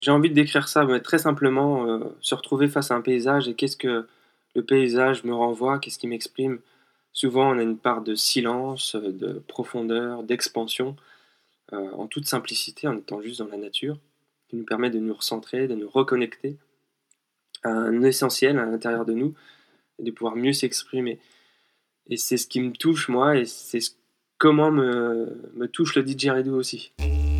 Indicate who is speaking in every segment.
Speaker 1: J'ai envie de décrire ça, mais très simplement, se retrouver face à un paysage et qu'est-ce que le paysage me renvoie, qu'est-ce qu'il m'exprime? Souvent, on a une part de silence, de profondeur, d'expansion, en toute simplicité, en étant juste dans la nature, qui nous permet de nous recentrer, de nous reconnecter à un essentiel à l'intérieur de nous et de pouvoir mieux s'exprimer. Et c'est ce qui me touche moi et comment me touche le didgeridoo aussi.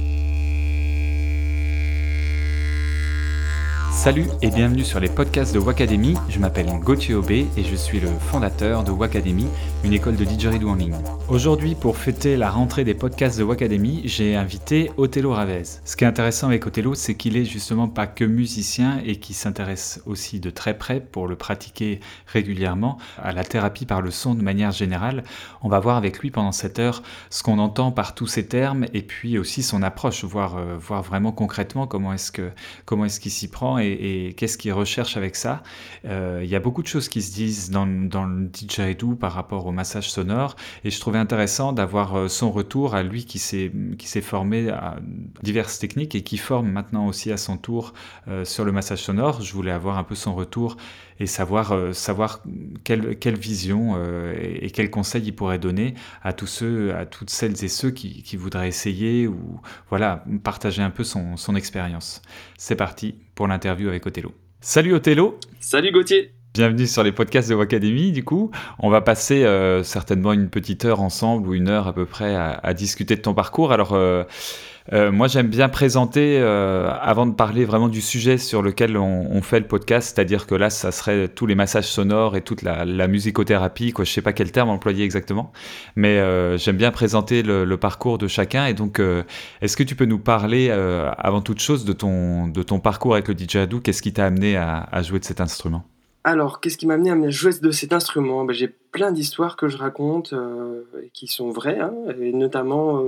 Speaker 2: Salut et bienvenue sur les podcasts de Wacademy. Je m'appelle Gauthier Aubé et je suis le fondateur de Wacademy, une école de didgeridoo en ligne. Aujourd'hui, pour fêter la rentrée des podcasts de Wacademy, j'ai invité Othello Ravez. Ce qui est intéressant avec Othello, c'est qu'il est justement pas que musicien et qu'il s'intéresse aussi de très près, pour le pratiquer régulièrement, à la thérapie par le son de manière générale. On va voir avec lui pendant cette heure ce qu'on entend par tous ces termes et puis aussi son approche, voir vraiment concrètement comment est-ce qu'il s'y prend et qu'est-ce qu'il recherche avec ça. Il y a beaucoup de choses qui se disent dans le didgeridoo par rapport au massage sonore, et je trouvais intéressant d'avoir son retour à lui qui s'est formé à diverses techniques et qui forme maintenant aussi à son tour sur le massage sonore. Je voulais avoir un peu son retour et savoir quelle vision et quels conseils il pourrait donner à toutes celles et ceux qui voudraient essayer ou voilà, partager un peu son expérience. C'est parti pour l'interview avec Othello. Salut Othello.
Speaker 1: Salut Gauthier.
Speaker 2: Bienvenue sur les podcasts de Wacademy. Du coup, on va passer certainement une petite heure ensemble, ou une heure à peu près, à discuter de ton parcours. Alors, moi, j'aime bien présenter, avant de parler vraiment du sujet sur lequel on fait le podcast, c'est-à-dire que là, ça serait tous les massages sonores et toute la musicothérapie, quoi. Je ne sais pas quel terme employer exactement, mais j'aime bien présenter le parcours de chacun. Et donc, est-ce que tu peux nous parler, avant toute chose, de ton parcours avec le didgeridoo? Qu'est-ce qui t'a amené à jouer de cet instrument?
Speaker 1: Alors, qu'est-ce qui m'a amené à me jouer de cet instrument? J'ai plein d'histoires que je raconte, et qui sont vraies, hein, et notamment,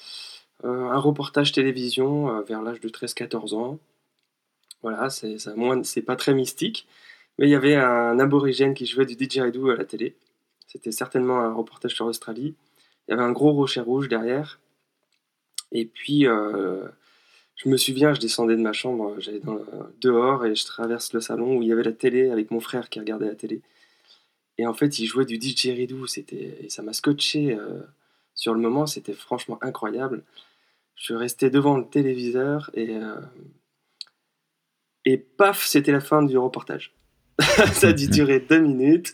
Speaker 1: un reportage télévision, vers l'âge de 13-14 ans. Voilà, c'est pas très mystique, mais il y avait un aborigène qui jouait du didgeridoo à la télé. C'était certainement un reportage sur l'Australie. Il y avait un gros rocher rouge derrière et puis, je me souviens, je descendais de ma chambre, j'allais dehors et je traverse le salon où il y avait la télé avec mon frère qui regardait la télé. Et en fait, il jouait du didgeridoo, et ça m'a scotché sur le moment, c'était franchement incroyable. Je suis resté devant le téléviseur et paf, c'était la fin du reportage. Ça a dû durer 2 minutes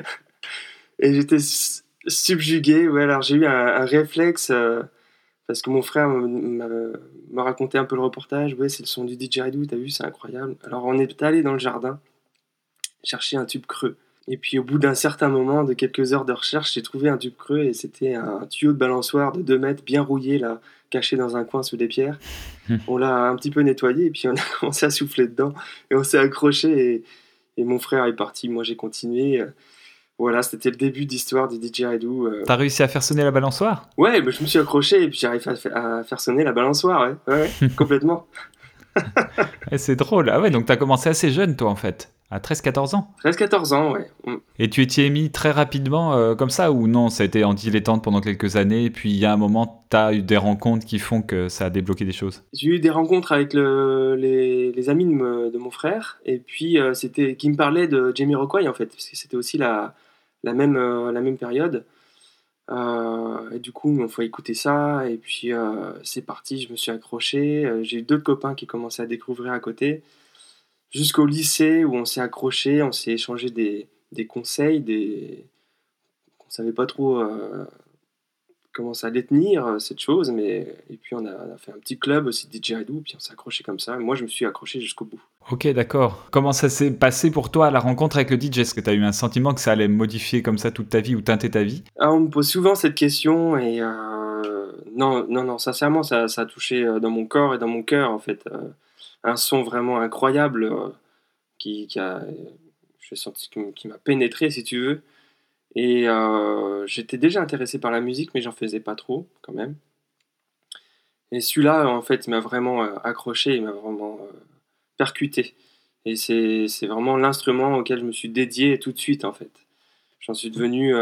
Speaker 1: et j'étais subjugué. Ouais, alors j'ai eu un réflexe parce que mon frère m'a raconté un peu le reportage. Ouais, c'est le son du didgeridoo, t'as vu, c'est incroyable. Alors on est allé dans le jardin chercher un tube creux. Et puis au bout d'un certain moment, de quelques heures de recherche, j'ai trouvé un tube creux et c'était un tuyau de balançoire de 2 mètres, bien rouillé là, caché dans un coin sous des pierres. On l'a un petit peu nettoyé et puis on a commencé à souffler dedans et on s'est accroché et mon frère est parti, moi j'ai continué. Voilà, c'était le début d'histoire du didgeridoo.
Speaker 2: T'as réussi à faire sonner la balançoire?
Speaker 1: Ouais, je me suis accroché et puis j'ai arrivé à faire sonner la balançoire, ouais, complètement.
Speaker 2: C'est drôle. Ah ouais, donc t'as commencé assez jeune, toi, en fait, à 13-14 ans.
Speaker 1: 13-14 ans, ouais.
Speaker 2: Et tu t'y es mis très rapidement, comme ça, ou non, ça a été en dilettante pendant quelques années, et puis il y a un moment, t'as eu des rencontres qui font que ça a débloqué des choses?
Speaker 1: J'ai eu des rencontres avec les amis de mon frère, et puis qui me parlaient de Jamiroquai en fait, parce que c'était aussi la même période. Et du coup, ils m'ont fait écouter ça, et puis c'est parti, je me suis accroché. J'ai eu d'autres copains qui commençaient à découvrir à côté, jusqu'au lycée où on s'est accroché, on s'est échangé des conseils, on savait pas trop comment ça allait tenir cette chose, et puis on a fait un petit club aussi de didgeridoo, puis on s'est accroché comme ça. Moi, je me suis accroché jusqu'au bout.
Speaker 2: Ok, d'accord. Comment ça s'est passé pour toi, la rencontre avec le DJ? Est-ce que t'as eu un sentiment que ça allait modifier comme ça toute ta vie ou teinter ta vie?
Speaker 1: Alors, on me pose souvent cette question, et non, non, non, sincèrement, ça a touché dans mon corps et dans mon cœur, en fait. Un son vraiment incroyable qui a, j'ai senti qui m'a pénétré, si tu veux. Et j'étais déjà intéressé par la musique, mais j'en faisais pas trop, quand même. Et celui-là, en fait, il m'a vraiment accroché, il m'a vraiment percuté. Et c'est vraiment l'instrument auquel je me suis dédié tout de suite, en fait. J'en suis devenu,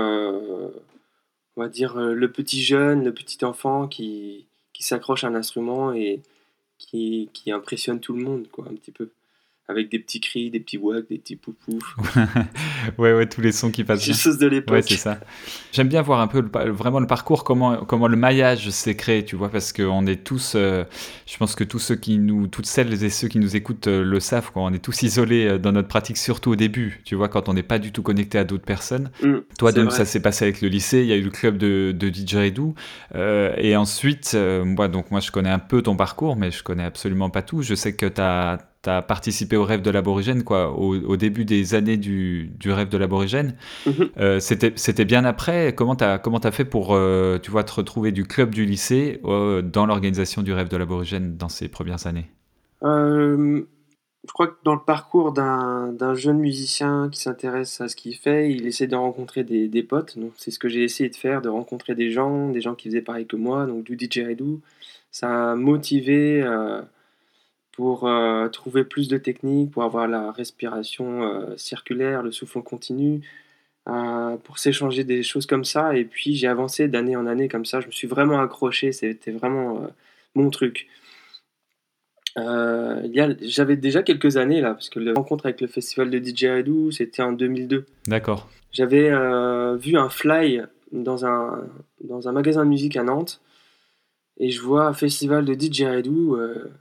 Speaker 1: on va dire, le petit jeune, le petit enfant qui s'accroche à un instrument qui impressionne tout le monde, quoi, un petit peu. Avec des petits cris, des petits waks, des petits pouf-pouf.
Speaker 2: Ouais, tous les sons qui passent
Speaker 1: Des
Speaker 2: bien.
Speaker 1: choses de l'époque.
Speaker 2: Ouais, c'est ça. J'aime bien voir un peu vraiment le parcours, comment le maillage s'est créé, tu vois, parce qu'on est tous, je pense que toutes celles et ceux qui nous écoutent le savent, quoi. On est tous isolés dans notre pratique, surtout au début, tu vois, quand on n'est pas du tout connecté à d'autres personnes. Toi, donc,
Speaker 1: vrai.
Speaker 2: ça s'est passé avec le lycée, il y a eu le club de didgeridoo, et ensuite, moi, je connais un peu ton parcours, mais je connais absolument pas tout. Je sais que t'as participé au rêve de l'aborigène, quoi, au début des années du rêve de l'aborigène. C'était bien après. Comment t'as fait pour tu vois, te retrouver du club du lycée dans l'organisation du rêve de l'aborigène dans ces premières années?
Speaker 1: Je crois que dans le parcours d'un jeune musicien qui s'intéresse à ce qu'il fait, il essaie de rencontrer des potes. Donc c'est ce que j'ai essayé de faire, de rencontrer des gens qui faisaient pareil que moi, donc du didgeridoo. Ça a motivé pour trouver plus de techniques, pour avoir la respiration circulaire, le souffle en continu, pour s'échanger des choses comme ça. Et puis j'ai avancé d'année en année comme ça. Je me suis vraiment accroché, c'était vraiment mon truc. J'avais déjà quelques années là, parce que la rencontre avec le festival de didgeridoo, c'était en 2002.
Speaker 2: D'accord.
Speaker 1: J'avais vu un fly dans un magasin de musique à Nantes, et je vois un festival de didgeridoo.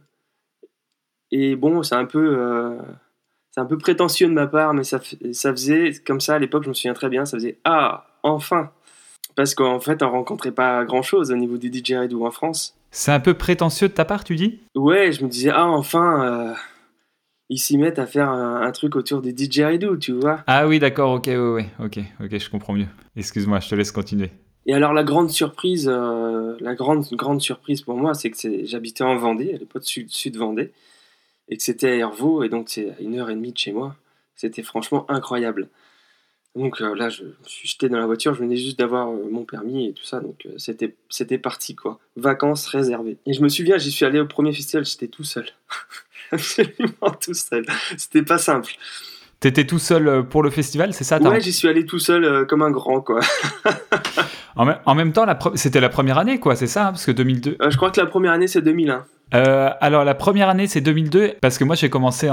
Speaker 1: Et bon, c'est un peu prétentieux de ma part, mais ça faisait comme ça à l'époque. Je me souviens très bien. Ça faisait enfin, parce qu'en fait, on rencontrait pas grand chose au niveau du didgeridoo en France.
Speaker 2: C'est un peu prétentieux de ta part, tu dis?
Speaker 1: Ouais, je me disais enfin. Ils s'y mettent à faire un truc autour des didgeridoo, tu vois.
Speaker 2: Ah oui, d'accord, ok, ok, je comprends mieux. Excuse-moi, je te laisse continuer.
Speaker 1: Et alors la grande surprise, la grande surprise pour moi, c'est que j'habitais en Vendée, à l'époque sud Vendée, et que c'était à Hervaux, et donc c'est à 1h30 de chez moi. C'était franchement incroyable. Donc là, je me suis jeté dans la voiture, je venais juste d'avoir mon permis et tout ça, donc c'était parti, quoi. Vacances réservées. Et je me souviens, j'y suis allé au premier festival, j'étais tout seul. Absolument tout seul. C'était pas simple.
Speaker 2: T'étais tout seul pour le festival, c'est ça?
Speaker 1: Ouais, j'y suis allé tout seul comme un grand, quoi.
Speaker 2: En même temps, c'était la première année, quoi, c'est ça, hein, parce que 2002...
Speaker 1: je crois que la première année, c'est 2001.
Speaker 2: Alors, la première année, c'est 2002, parce que moi, j'ai commencé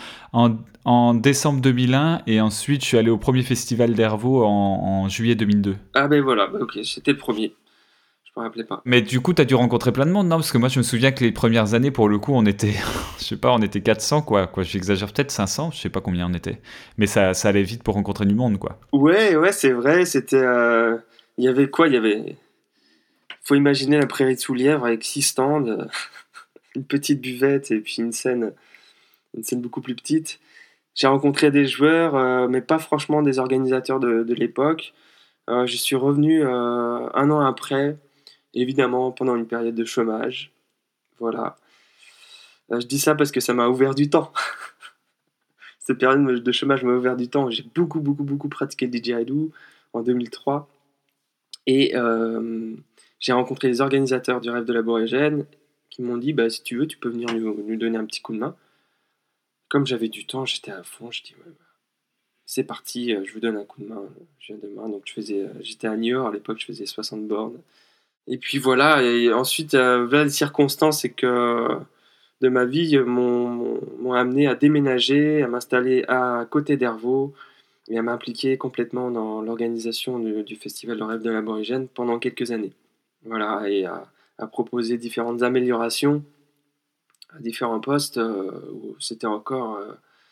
Speaker 2: en décembre 2001, et ensuite, je suis allé au premier festival d'Hervaux en juillet 2002.
Speaker 1: Ah ben voilà, ok, c'était le premier. Je me rappelais pas.
Speaker 2: Mais du coup, t'as dû rencontrer plein de monde, non? Parce que moi, je me souviens que les premières années, pour le coup, on était, je sais pas, on était 400, quoi. J'exagère peut-être 500, je sais pas combien on était. Mais ça allait vite pour rencontrer du monde, quoi.
Speaker 1: Ouais, c'est vrai, c'était... Il y avait quoi? Faut imaginer la prairie de Sous-Lièvre avec 6 stands, une petite buvette et puis une scène beaucoup plus petite. J'ai rencontré des joueurs, mais pas franchement des organisateurs de l'époque. Je suis revenu 1 an après, évidemment pendant une période de chômage. Voilà. Je dis ça parce que ça m'a ouvert du temps. Cette période de chômage m'a ouvert du temps. J'ai beaucoup pratiqué le didgeridoo en 2003. Et j'ai rencontré les organisateurs du rêve de l'aborigène qui m'ont dit si tu veux, tu peux venir nous donner un petit coup de main. Comme j'avais du temps, j'étais à fond. Je dis c'est parti, je vous donne un coup de main. Je viens demain. Donc j'étais à Niort à l'époque, je faisais 60 bornes. Et puis voilà. Et ensuite, les circonstances, c'est que de ma vie m'ont amené à déménager, à m'installer à côté d'Hervaux et à m'impliquer complètement dans l'organisation du festival de rêve de l'aborigène pendant quelques années. Voilà, et à proposer différentes améliorations à différents postes où c'était encore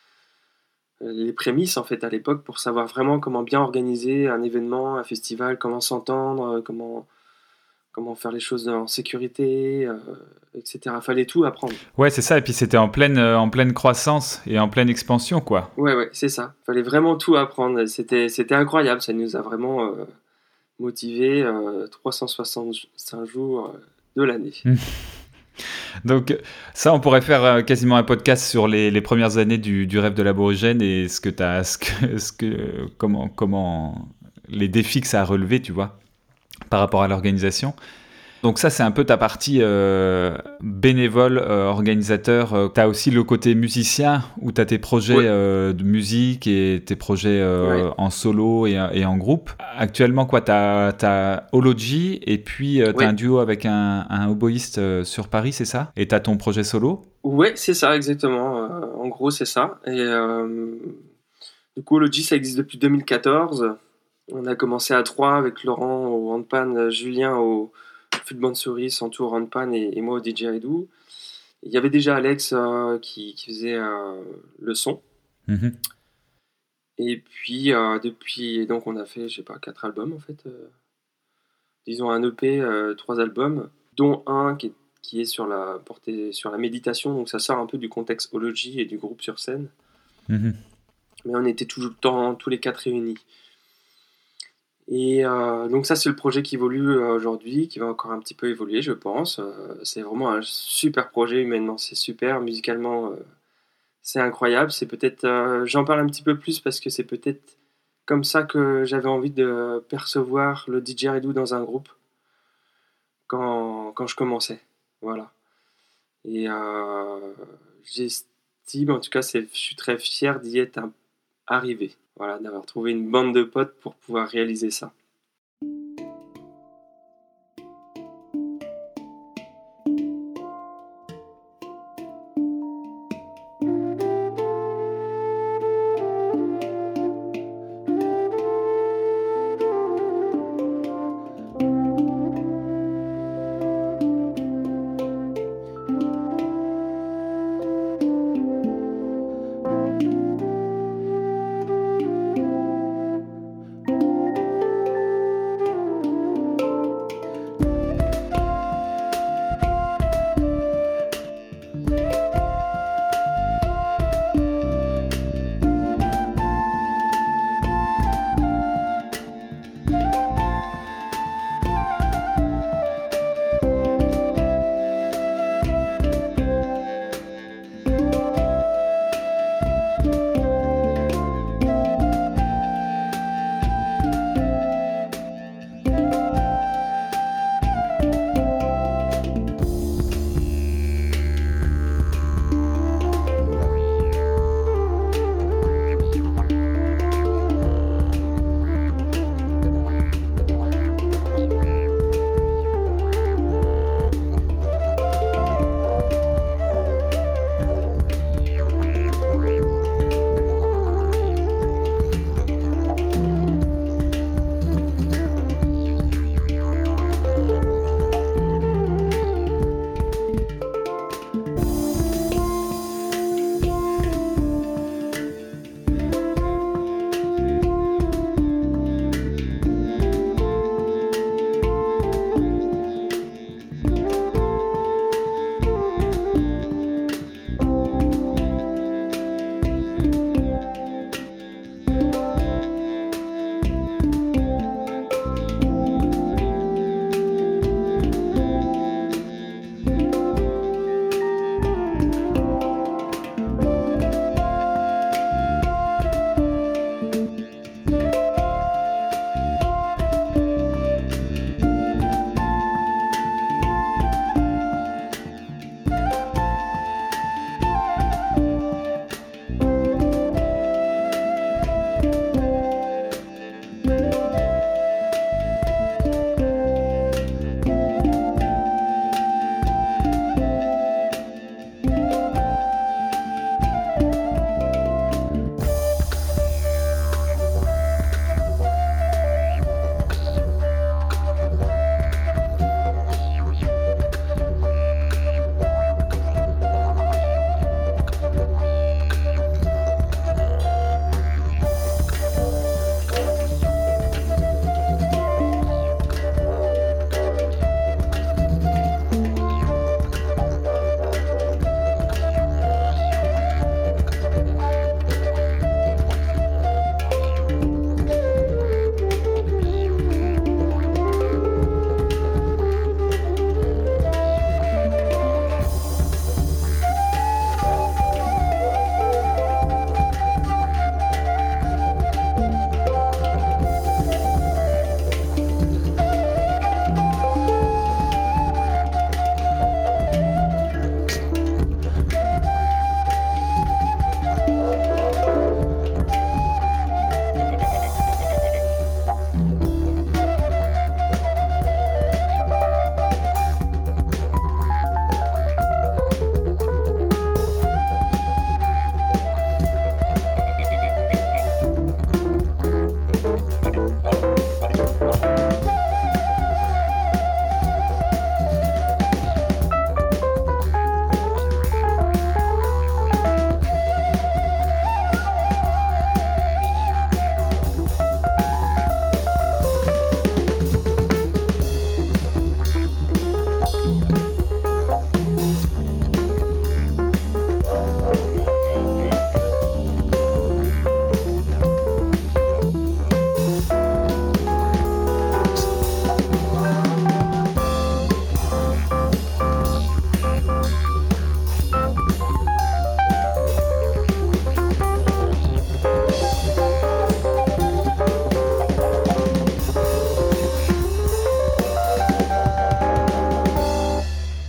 Speaker 1: les prémices en fait à l'époque pour savoir vraiment comment bien organiser un événement, un festival, comment s'entendre, comment faire les choses en sécurité, etc. Fallait tout apprendre.
Speaker 2: Ouais, c'est ça. Et puis c'était en pleine croissance et en pleine expansion, quoi.
Speaker 1: Ouais, c'est ça. Fallait vraiment tout apprendre. C'était incroyable. Ça nous a vraiment motivés 365 jours de l'année.
Speaker 2: Donc ça, on pourrait faire quasiment un podcast sur les premières années du rêve de l'aborigène et comment les défis que ça a relevés, tu vois, par rapport à l'organisation. Donc ça, c'est un peu ta partie bénévole, organisateur. Tu as aussi le côté musicien, où tu as tes projets
Speaker 1: Ouais,
Speaker 2: de musique et tes projets
Speaker 1: ouais,
Speaker 2: en solo et en groupe. Actuellement, quoi, tu as Ology, et puis tu as un
Speaker 1: ouais.
Speaker 2: duo avec un oboïste sur Paris, c'est ça? Et tu as ton projet solo?
Speaker 1: Ouais, c'est ça, exactement. En gros, c'est ça. Et du coup, Logi, ça existe depuis 2014. On a commencé à trois avec Laurent au handpan, Julien au flûte bande souris, Santou au handpan et moi au didgeridoo. Il y avait déjà Alex qui faisait le son.
Speaker 2: Mhm.
Speaker 1: Et puis, donc on a fait, je sais pas, 4 albums en fait. Disons un EP, 3 albums, dont un qui est sur la portée sur la méditation, donc ça sort un peu du contexte Ology et du groupe sur scène.
Speaker 2: Mhm.
Speaker 1: Mais on était tout le temps tous les quatre réunis. Et donc ça c'est le projet qui évolue aujourd'hui, qui va encore un petit peu évoluer je pense. C'est vraiment un super projet humainement, c'est super, musicalement c'est incroyable. C'est peut-être, j'en parle un petit peu plus parce que c'est peut-être comme ça que j'avais envie de percevoir le didgeridoo dans un groupe quand je commençais. Voilà. Et j'estime, en tout cas, je suis très fier d'y être arrivé. Voilà, d'avoir trouvé une bande de potes pour pouvoir réaliser ça.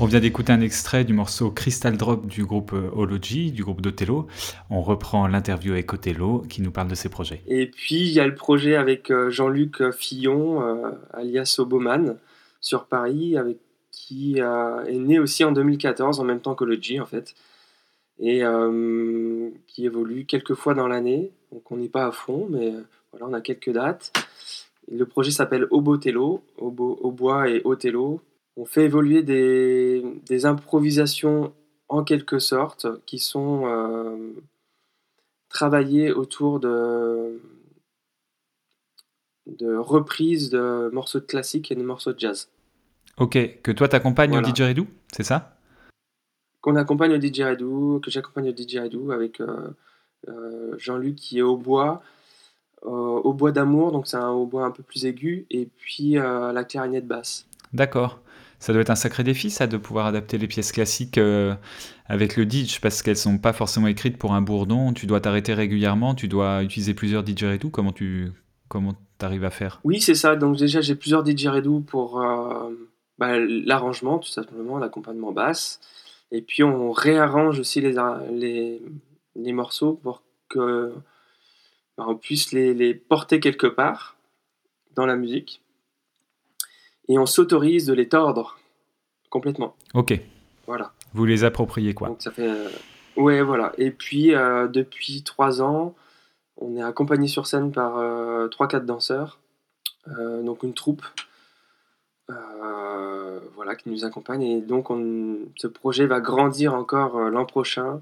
Speaker 2: vient d'écouter un extrait du morceau Crystal Drop du groupe Ology, du groupe d'Othello. On reprend l'interview avec Othello qui nous parle de ses projets.
Speaker 1: Et puis il y a le projet avec Jean-Luc Fillon, alias Oboman, sur Paris, avec qui est né aussi en 2014, en même temps qu'Ology en fait, et qui évolue quelques fois dans l'année. Donc on n'est pas à fond, mais voilà, on a quelques dates. Et le projet s'appelle Obotello, Obois et Othello. On fait évoluer des improvisations en quelque sorte qui sont travaillées autour de reprises de morceaux de classique et de morceaux de jazz.
Speaker 2: Ok, que toi t'accompagnes
Speaker 1: Voilà.
Speaker 2: au Didgeridoo, c'est ça?
Speaker 1: Qu'on accompagne au didgeridoo, que j'accompagne au didgeridoo avec Jean-Luc qui est au bois d'amour, donc c'est un hautbois un peu plus aigu, et puis la clarinette basse.
Speaker 2: D'accord. Ça doit être un sacré défi, ça, de pouvoir adapter les pièces classiques avec le didge, parce qu'elles sont pas forcément écrites pour un bourdon. Tu dois t'arrêter régulièrement, tu dois utiliser plusieurs didgeridoo. Comment t'arrives à faire?
Speaker 1: Oui, c'est ça. Donc déjà, j'ai plusieurs didgeridoo pour l'arrangement, tout simplement, l'accompagnement basse. Et puis on réarrange aussi les morceaux pour que on puisse les porter quelque part dans la musique. Et on s'autorise de les tordre complètement.
Speaker 2: Ok.
Speaker 1: Voilà.
Speaker 2: Vous les appropriez, quoi.
Speaker 1: Donc ça fait... ouais, voilà. Et puis, depuis 3 ans, on est accompagné sur scène par 3-4 danseurs. Donc une troupe. Voilà, qui nous accompagne. Et donc, ce projet va grandir encore l'an prochain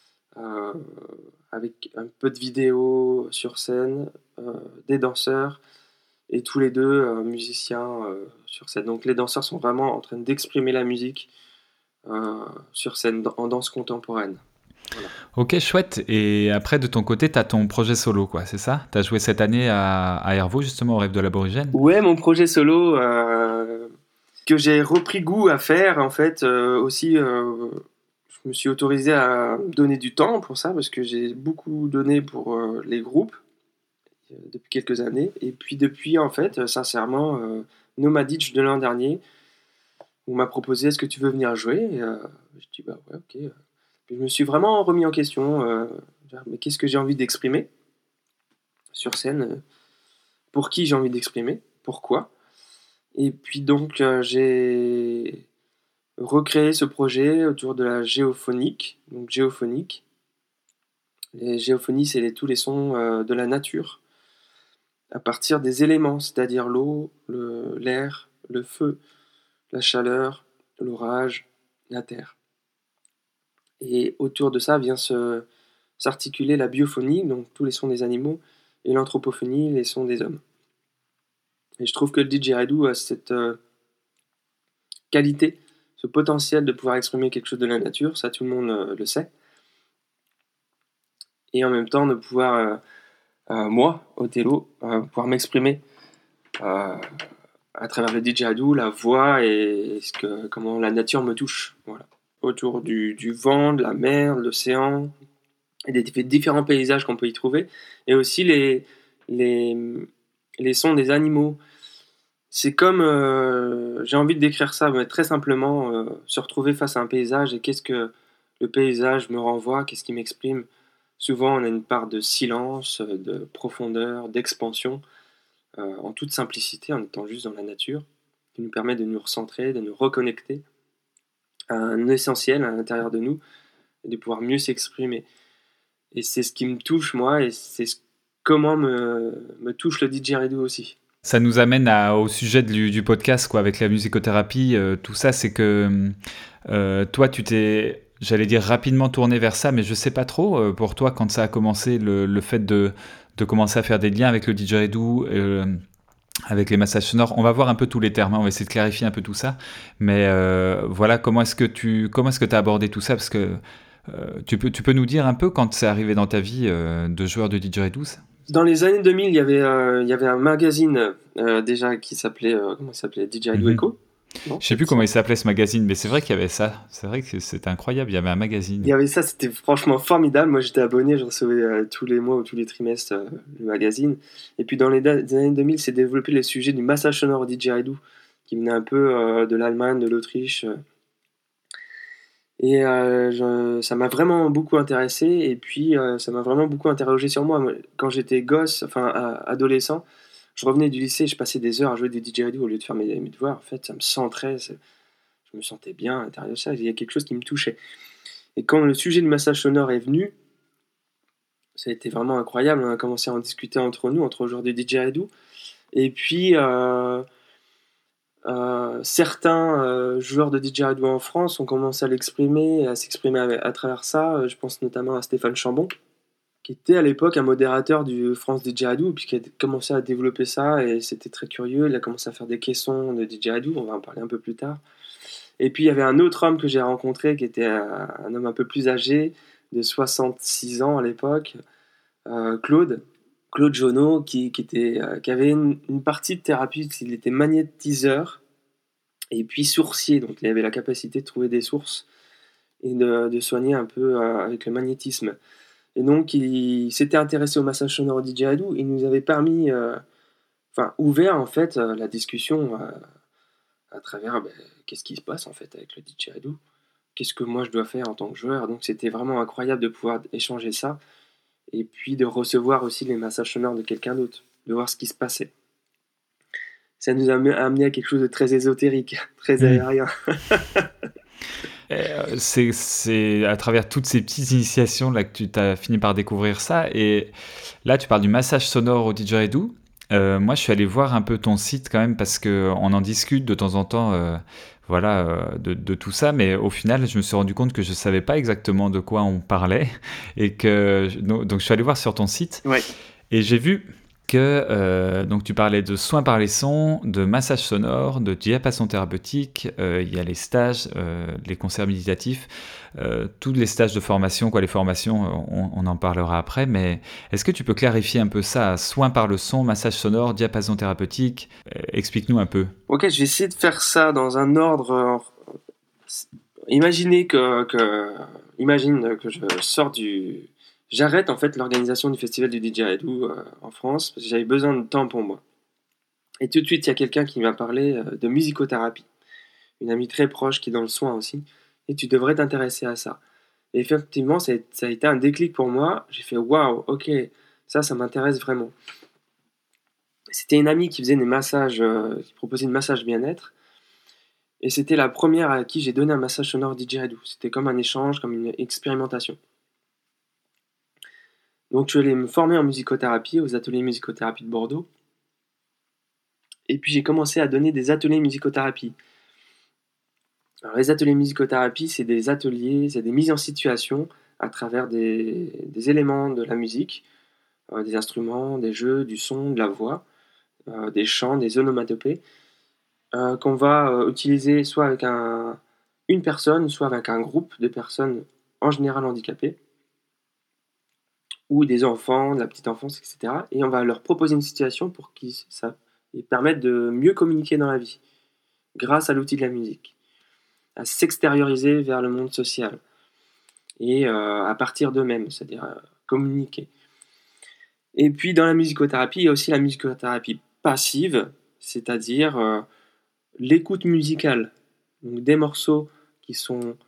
Speaker 1: avec un peu de vidéos sur scène, des danseurs et tous les deux musiciens sur scène. Donc, les danseurs sont vraiment en train d'exprimer la musique sur scène en danse contemporaine. Voilà.
Speaker 2: Ok, chouette. Et après, de ton côté, t'as ton projet solo, quoi, c'est ça? T'as joué cette année à Hervaux, justement, au Rêve de l'Aborigène?
Speaker 1: Ouais, mon projet solo que j'ai repris goût à faire, en fait, aussi, je me suis autorisé à donner du temps pour ça, parce que j'ai beaucoup donné pour les groupes depuis quelques années. Et puis depuis, en fait, sincèrement, Nomaditch de l'an dernier, on m'a proposé est-ce que tu veux venir jouer et, je dis bah ouais, ok. Puis je me suis vraiment remis en question, mais qu'est-ce que j'ai envie d'exprimer sur scène, pour qui j'ai envie d'exprimer, pourquoi. Et puis donc j'ai recréé ce projet autour de la géophonique. Donc géophonique. Les géophonies, c'est tous les sons de la nature à partir des éléments, c'est-à-dire l'eau, l'air, le feu, la chaleur, l'orage, la terre. Et autour de ça vient s'articuler la biophonie, donc tous les sons des animaux, et l'anthropophonie, les sons des hommes. Et je trouve que le didgeridoo a cette qualité, ce potentiel de pouvoir exprimer quelque chose de la nature, ça tout le monde le sait. Et en même temps de pouvoir, moi, Othello, pouvoir m'exprimer à travers le didgeridoo, la voix et comment la nature me touche. Voilà. Autour du vent, de la mer, de l'océan, et des différents paysages qu'on peut y trouver, et aussi les sons des animaux. C'est comme, j'ai envie de décrire ça, mais très simplement, se retrouver face à un paysage et qu'est-ce que le paysage me renvoie, qu'est-ce qui m'exprime. Souvent, on a une part de silence, de profondeur, d'expansion, en toute simplicité, en étant juste dans la nature, qui nous permet de nous recentrer, de nous reconnecter à un essentiel à l'intérieur de nous, et de pouvoir mieux s'exprimer. Et c'est ce qui me touche, moi, et c'est comment me touche le didgeridoo aussi.
Speaker 2: Ça nous amène au sujet du podcast, quoi, avec la musicothérapie. Tout ça, c'est que toi, tu t'es, j'allais dire, rapidement tourné vers ça, mais je sais pas trop. Pour toi, quand ça a commencé, le fait de commencer à faire des liens avec le didgeridoo, avec les massages sonores, on va voir un peu tous les termes, hein, on va essayer de clarifier un peu tout ça. Mais voilà, comment est-ce que tu as abordé tout ça? Parce que tu peux nous dire un peu quand c'est arrivé dans ta vie de joueur de didgeridoo?
Speaker 1: Dans les années 2000, il y avait un magazine déjà qui s'appelait comment ça s'appelait, Didgeridoo Echo.
Speaker 2: Non, je sais plus comment il s'appelait ce magazine, mais c'est vrai qu'il y avait ça. C'est vrai que c'était incroyable, il y avait un magazine.
Speaker 1: Il y avait ça, c'était franchement formidable. Moi j'étais abonné, je recevais tous les mois ou tous les trimestres le magazine. Et puis dans les années 2000, s'est développé le sujet du massage sonore au didgeridoo, qui venait un peu de l'Allemagne, de l'Autriche, Et ça m'a vraiment beaucoup intéressé. Et puis, ça m'a vraiment beaucoup interrogé sur moi. Quand j'étais gosse, enfin adolescent, je revenais du lycée, je passais des heures à jouer des didgeridoo au lieu de faire mes devoirs. En fait, ça me centrait, je me sentais bien à l'intérieur de ça. Il y a quelque chose qui me touchait. Et quand le sujet du massage sonore est venu, ça a été vraiment incroyable. On a commencé à en discuter entre nous, entre joueurs de didgeridoo. Et puis, certains joueurs de didgeridoo en France ont commencé à l'exprimer, à s'exprimer à travers ça. Je pense notamment à Stéphane Chambon, qui était à l'époque un modérateur du France Didgeridoo, puis qui a commencé à développer ça, et c'était très curieux. Il a commencé à faire des caissons de didgeridoo, on va en parler un peu plus tard. Et puis il y avait un autre homme que j'ai rencontré, qui était un homme un peu plus âgé, de 66 ans à l'époque, Claude Jonot, qui avait une partie de thérapie, il était magnétiseur, et puis sourcier, donc il avait la capacité de trouver des sources et de soigner un peu avec le magnétisme. Et donc, il s'était intéressé au massage sonore au didgeridoo. Il nous avait permis, ouvert en fait la discussion à travers qu'est-ce qui se passe en fait avec le didgeridoo. Qu'est-ce que moi je dois faire en tant que joueur. Donc, c'était vraiment incroyable de pouvoir échanger ça. Et puis de recevoir aussi les massages sonores de quelqu'un d'autre, de voir ce qui se passait. Ça nous a amené à quelque chose de très ésotérique, très aérien.
Speaker 2: C'est à travers toutes ces petites initiations là que tu t'as fini par découvrir ça. Et là, tu parles du massage sonore au didgeridoo. Moi, je suis allé voir un peu ton site quand même parce qu'on en discute de temps en temps, de tout ça. Mais au final, je me suis rendu compte que je savais pas exactement de quoi on parlait et donc je suis allé voir sur ton site
Speaker 1: Ouais.
Speaker 2: et j'ai vu que donc tu parlais de soins par les sons, de massage sonore, de diapason thérapeutique, il y a les stages, les concerts méditatifs, tous les stages de formation, les formations, on en parlera après, mais est-ce que tu peux clarifier un peu ça, soins par le son, massage sonore, diapason thérapeutique, explique-nous un peu.
Speaker 1: Ok, je vais essayer de faire ça dans un ordre. Imagine que je sors du. J'arrête en fait l'organisation du festival du didgeridoo en France parce que j'avais besoin de temps pour moi. Et tout de suite, il y a quelqu'un qui m'a parlé de musicothérapie. Une amie très proche qui est dans le soin aussi. Et tu devrais t'intéresser à ça. Et effectivement, ça a été un déclic pour moi. J'ai fait waouh, ok, ça m'intéresse vraiment. C'était une amie qui faisait des massages, qui proposait des massages bien-être. Et c'était la première à qui j'ai donné un massage sonore didgeridoo. C'était comme un échange, comme une expérimentation. Donc je suis allé me former en musicothérapie aux ateliers musicothérapie de Bordeaux. Et puis j'ai commencé à donner des ateliers musicothérapie. Alors les ateliers musicothérapie, c'est des ateliers, c'est des mises en situation à travers des éléments de la musique, des instruments, des jeux, du son, de la voix, des chants, des onomatopées, qu'on va utiliser soit avec une personne, soit avec un groupe de personnes en général handicapées, ou des enfants, de la petite enfance, etc. Et on va leur proposer une situation pour qu'ils permettent de mieux communiquer dans la vie, grâce à l'outil de la musique, à s'extérioriser vers le monde social, et à partir d'eux-mêmes, c'est-à-dire communiquer. Et puis dans la musicothérapie, il y a aussi la musicothérapie passive, c'est-à-dire l'écoute musicale. Donc des morceaux qui sont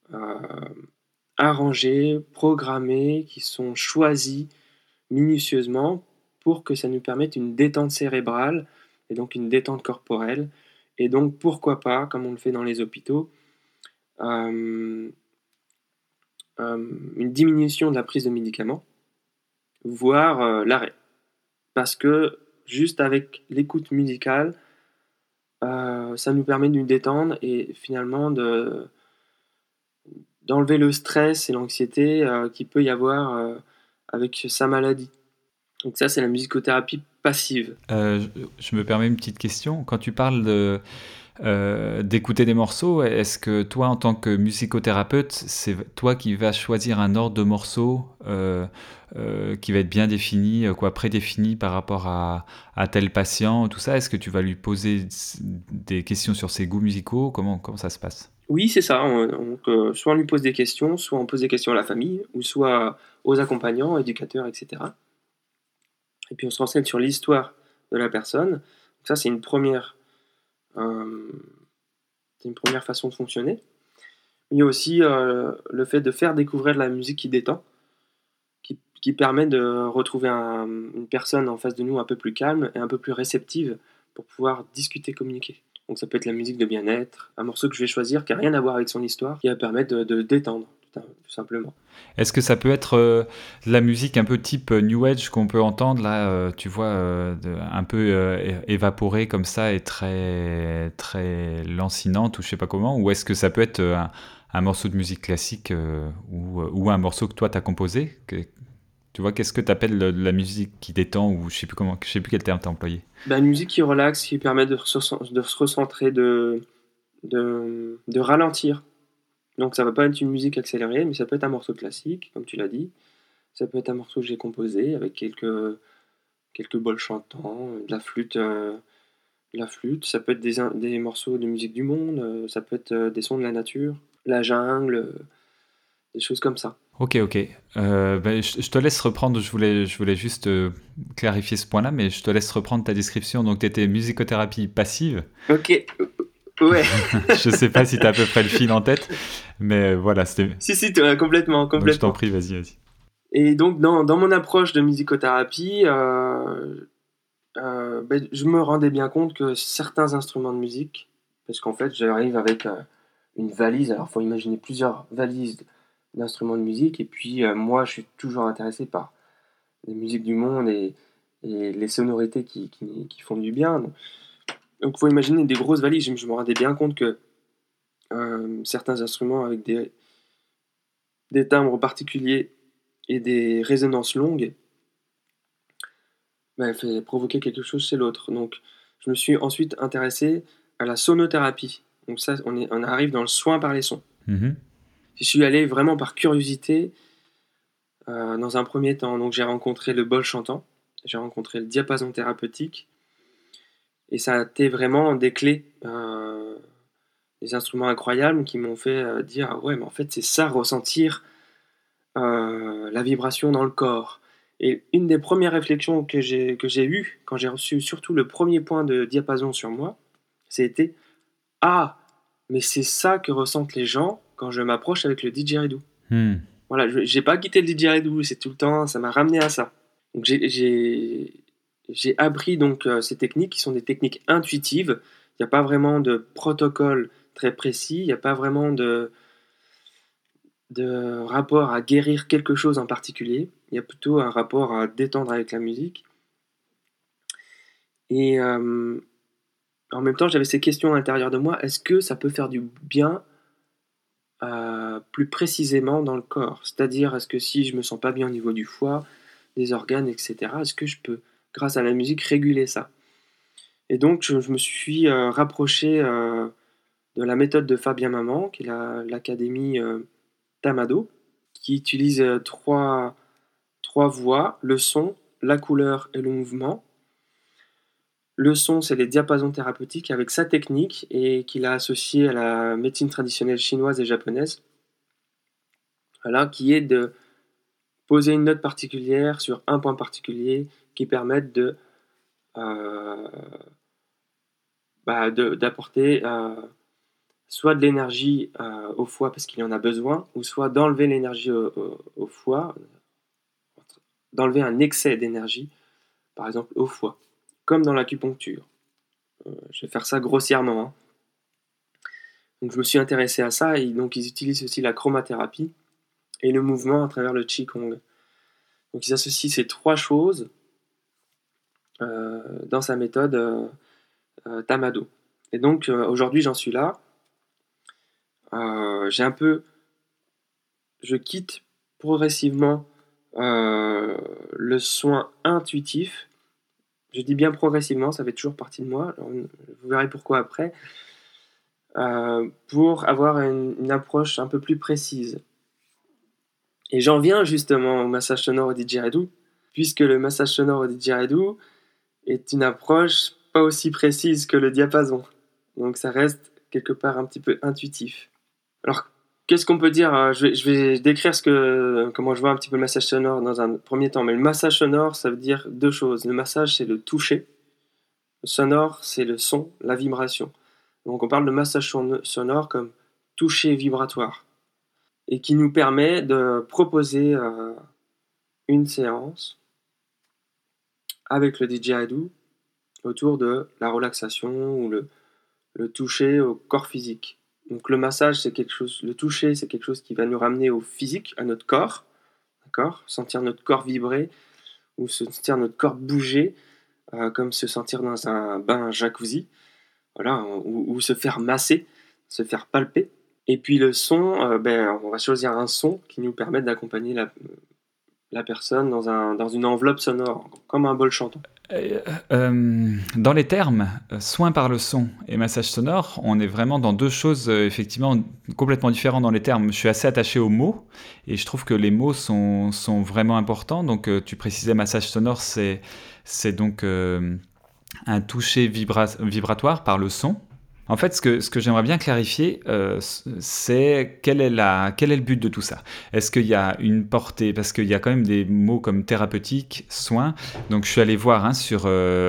Speaker 1: arrangés, programmés, qui sont choisis minutieusement pour que ça nous permette une détente cérébrale et donc une détente corporelle. Et donc pourquoi pas, comme on le fait dans les hôpitaux, une diminution de la prise de médicaments, voire l'arrêt. Parce que juste avec l'écoute musicale, ça nous permet de nous détendre et finalement d'enlever le stress et l'anxiété qu'il peut y avoir avec sa maladie. Donc ça, c'est la musicothérapie passive.
Speaker 2: Je me permets une petite question. Quand tu parles d'écouter des morceaux, est-ce que toi, en tant que musicothérapeute, c'est toi qui vas choisir un ordre de morceaux qui va être bien défini, prédéfini par rapport à tel patient, tout ça? Est-ce que tu vas lui poser des questions sur ses goûts musicaux? Comment ça se passe?
Speaker 1: Oui, c'est ça. Soit on lui pose des questions, soit on pose des questions à la famille, ou soit aux accompagnants, éducateurs, etc. Et puis on se renseigne sur l'histoire de la personne. Donc ça, c'est une première façon de fonctionner. Il y a aussi le fait de faire découvrir de la musique qui détend, qui permet de retrouver une personne en face de nous un peu plus calme et un peu plus réceptive pour pouvoir discuter, communiquer. Donc ça peut être la musique de bien-être, un morceau que je vais choisir qui n'a rien à voir avec son histoire, qui va permettre de détendre, tout simplement.
Speaker 2: Est-ce que ça peut être de la musique un peu type New Age qu'on peut entendre là, tu vois, un peu évaporée comme ça et très, très lancinante ou je sais pas comment, ou est-ce que ça peut être un morceau de musique classique ou un morceau que toi t'as composé tu vois, qu'est-ce que tu appelles la musique qui détend ou je sais plus quel terme t'as employé.
Speaker 1: Une musique qui relaxe, qui permet de se recentrer, de ralentir. Donc ça va pas être une musique accélérée, mais ça peut être un morceau classique, comme tu l'as dit. Ça peut être un morceau que j'ai composé avec quelques bols chantants, de la flûte. Ça peut être des morceaux de musique du monde, ça peut être des sons de la nature, la jungle, des choses comme ça.
Speaker 2: Ok. Je te laisse reprendre, je voulais juste clarifier ce point-là, mais je te laisse reprendre ta description. Donc, tu étais musicothérapie passive.
Speaker 1: Ok, ouais.
Speaker 2: Je sais pas si tu as à peu près le fil en tête, mais voilà, c'était...
Speaker 1: Si, complètement.
Speaker 2: Donc, je t'en prie, vas-y.
Speaker 1: Et donc, dans mon approche de musicothérapie, je me rendais bien compte que certains instruments de musique, parce qu'en fait, j'arrive avec une valise, alors il faut imaginer plusieurs valises d'instruments de musique, et puis moi, je suis toujours intéressé par les musiques du monde et les sonorités qui font du bien. Donc, il faut imaginer des grosses valises. Je me rendais bien compte que certains instruments avec des timbres particuliers et des résonances longues fait provoquer quelque chose chez l'autre. Donc, je me suis ensuite intéressé à la sonothérapie. Donc ça, on arrive dans le soin par les sons.
Speaker 2: Mm-hmm.
Speaker 1: Je suis allé vraiment par curiosité dans un premier temps. Donc j'ai rencontré le bol chantant, j'ai rencontré le diapason thérapeutique, et ça a été vraiment des clés, des instruments incroyables qui m'ont fait dire ah ouais, mais en fait c'est ça, ressentir la vibration dans le corps. Et une des premières réflexions que j'ai eues quand j'ai reçu surtout le premier point de diapason sur moi, c'était ah, mais c'est ça que ressentent les gens quand je m'approche avec le didgeridoo. Voilà, j'ai pas quitté le didgeridoo, c'est tout le temps, ça m'a ramené à ça. Donc j'ai appris donc ces techniques qui sont des techniques intuitives. Il n'y a pas vraiment de protocole très précis, il n'y a pas vraiment de rapport à guérir quelque chose en particulier. Il y a plutôt un rapport à détendre avec la musique. Et en même temps, j'avais ces questions à l'intérieur de moi. Est-ce que ça peut faire du bien plus précisément dans le corps? C'est-à-dire, est-ce que si je me sens pas bien au niveau du foie, des organes, etc., est-ce que je peux, grâce à la musique, réguler ça? Et donc, je me suis rapproché de la méthode de Fabien Maman, qui est l'académie Tamado, qui utilise trois voix, le son, la couleur et le mouvement. Le son, c'est les diapasons thérapeutiques avec sa technique et qu'il a associé à la médecine traditionnelle chinoise et japonaise. Voilà, qui est de poser une note particulière sur un point particulier qui permette d'apporter soit de l'énergie au foie parce qu'il en a besoin, ou soit d'enlever l'énergie au foie, d'enlever un excès d'énergie, par exemple au foie, comme dans l'acupuncture. Je vais faire ça grossièrement. Hein. Donc je me suis intéressé à ça, et donc ils utilisent aussi la chromathérapie et le mouvement à travers le Qigong. Donc ils associent ces trois choses dans sa méthode Tamado. Et donc aujourd'hui j'en suis là. Je quitte progressivement le soin intuitif. Je dis bien progressivement, ça fait toujours partie de moi. Alors, vous verrez pourquoi après. Pour avoir une approche un peu plus précise. Et j'en viens justement au massage sonore au didgeridoo, puisque le massage sonore au didgeridoo est une approche pas aussi précise que le diapason. Donc ça reste quelque part un petit peu intuitif. Alors, qu'est-ce qu'on peut dire? Je vais décrire comment je vois un petit peu le massage sonore dans un premier temps. Mais le massage sonore, ça veut dire deux choses. Le massage, c'est le toucher. Le sonore, c'est le son, la vibration. Donc on parle de massage sonore comme toucher vibratoire et qui nous permet de proposer une séance avec le didgeridoo autour de la relaxation ou le toucher au corps physique. Donc le massage, c'est quelque chose, le toucher, c'est quelque chose qui va nous ramener au physique, à notre corps, d'accord ? Sentir notre corps vibrer ou sentir notre corps bouger, comme se sentir dans un bain jacuzzi, voilà, ou se faire masser, se faire palper. Et puis le son, on va choisir un son qui nous permet d'accompagner la personne dans une enveloppe sonore, comme un bol chantant.
Speaker 2: Dans les termes, soin par le son et massage sonore, on est vraiment dans deux choses effectivement complètement différentes dans les termes. Je suis assez attaché aux mots et je trouve que les mots sont vraiment importants. Donc tu précisais massage sonore, c'est donc un toucher vibratoire par le son. En fait, ce que j'aimerais bien clarifier, c'est quel est le but de tout ça. Est-ce qu'il y a une portée, parce qu'il y a quand même des mots comme thérapeutique, soin. Donc, je suis allé voir sur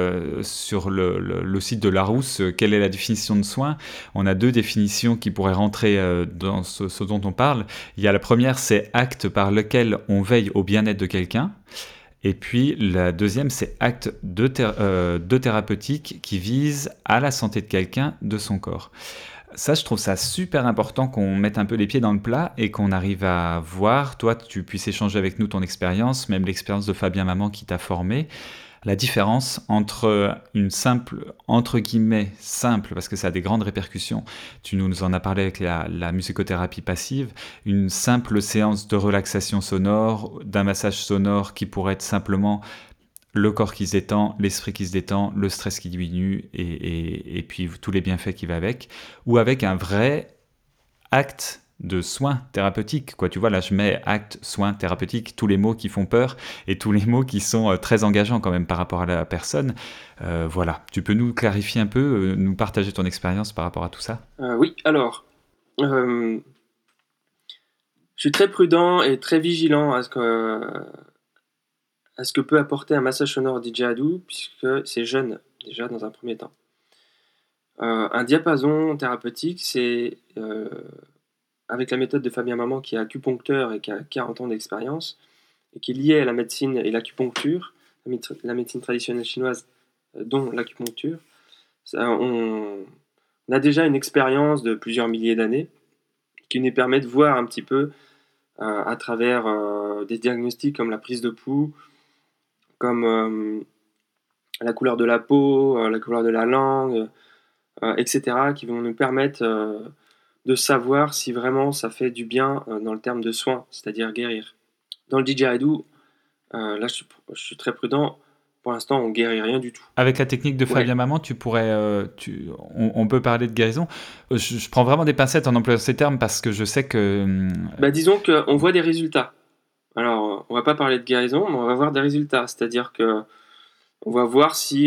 Speaker 2: le site de Larousse quelle est la définition de soin. On a deux définitions qui pourraient rentrer dans ce dont on parle. Il y a la première, c'est acte par lequel on veille au bien-être de quelqu'un. Et puis la deuxième, c'est acte de thérapeutique qui vise à la santé de quelqu'un, de son corps. Ça, je trouve ça super important qu'on mette un peu les pieds dans le plat et qu'on arrive à voir, toi, tu puisses échanger avec nous ton expérience, même l'expérience de Fabien Maman qui t'a formé, la différence entre une simple, entre guillemets, simple, parce que ça a des grandes répercussions, tu nous en as parlé avec la musicothérapie passive, une simple séance de relaxation sonore, d'un massage sonore qui pourrait être simplement le corps qui se détend, l'esprit qui se détend, le stress qui diminue et puis tous les bienfaits qui va avec, ou avec un vrai acte de soins thérapeutiques, quoi. Tu vois, là, je mets acte, soins thérapeutiques, tous les mots qui font peur et tous les mots qui sont très engageants quand même par rapport à la personne. Voilà. Tu peux nous clarifier un peu, nous partager ton expérience par rapport à tout ça ?
Speaker 1: Oui, alors, je suis très prudent et très vigilant à ce que peut apporter un massage sonore didgeridoo, puisque c'est jeune, déjà, dans un premier temps. Un diapason thérapeutique, c'est avec la méthode de Fabien Maman, qui est acupuncteur et qui a 40 ans d'expérience, et qui est lié à la médecine et l'acupuncture, la médecine traditionnelle chinoise, dont l'acupuncture. On a déjà une expérience de plusieurs milliers d'années qui nous permet de voir un petit peu à travers des diagnostics comme la prise de pouls, comme la couleur de la peau, la couleur de la langue, etc., qui vont nous permettre de savoir si vraiment ça fait du bien dans le terme de soin, c'est-à-dire guérir. Dans le didgeridoo, là je suis très prudent, pour l'instant on guérit rien du tout.
Speaker 2: Avec la technique de Fabien Maman, tu pourrais, on peut parler de guérison. Je prends vraiment des pincettes en employant ces termes parce que je sais que...
Speaker 1: Disons qu'on voit des résultats. Alors, on va pas parler de guérison, mais on va voir des résultats. C'est-à-dire que on va voir si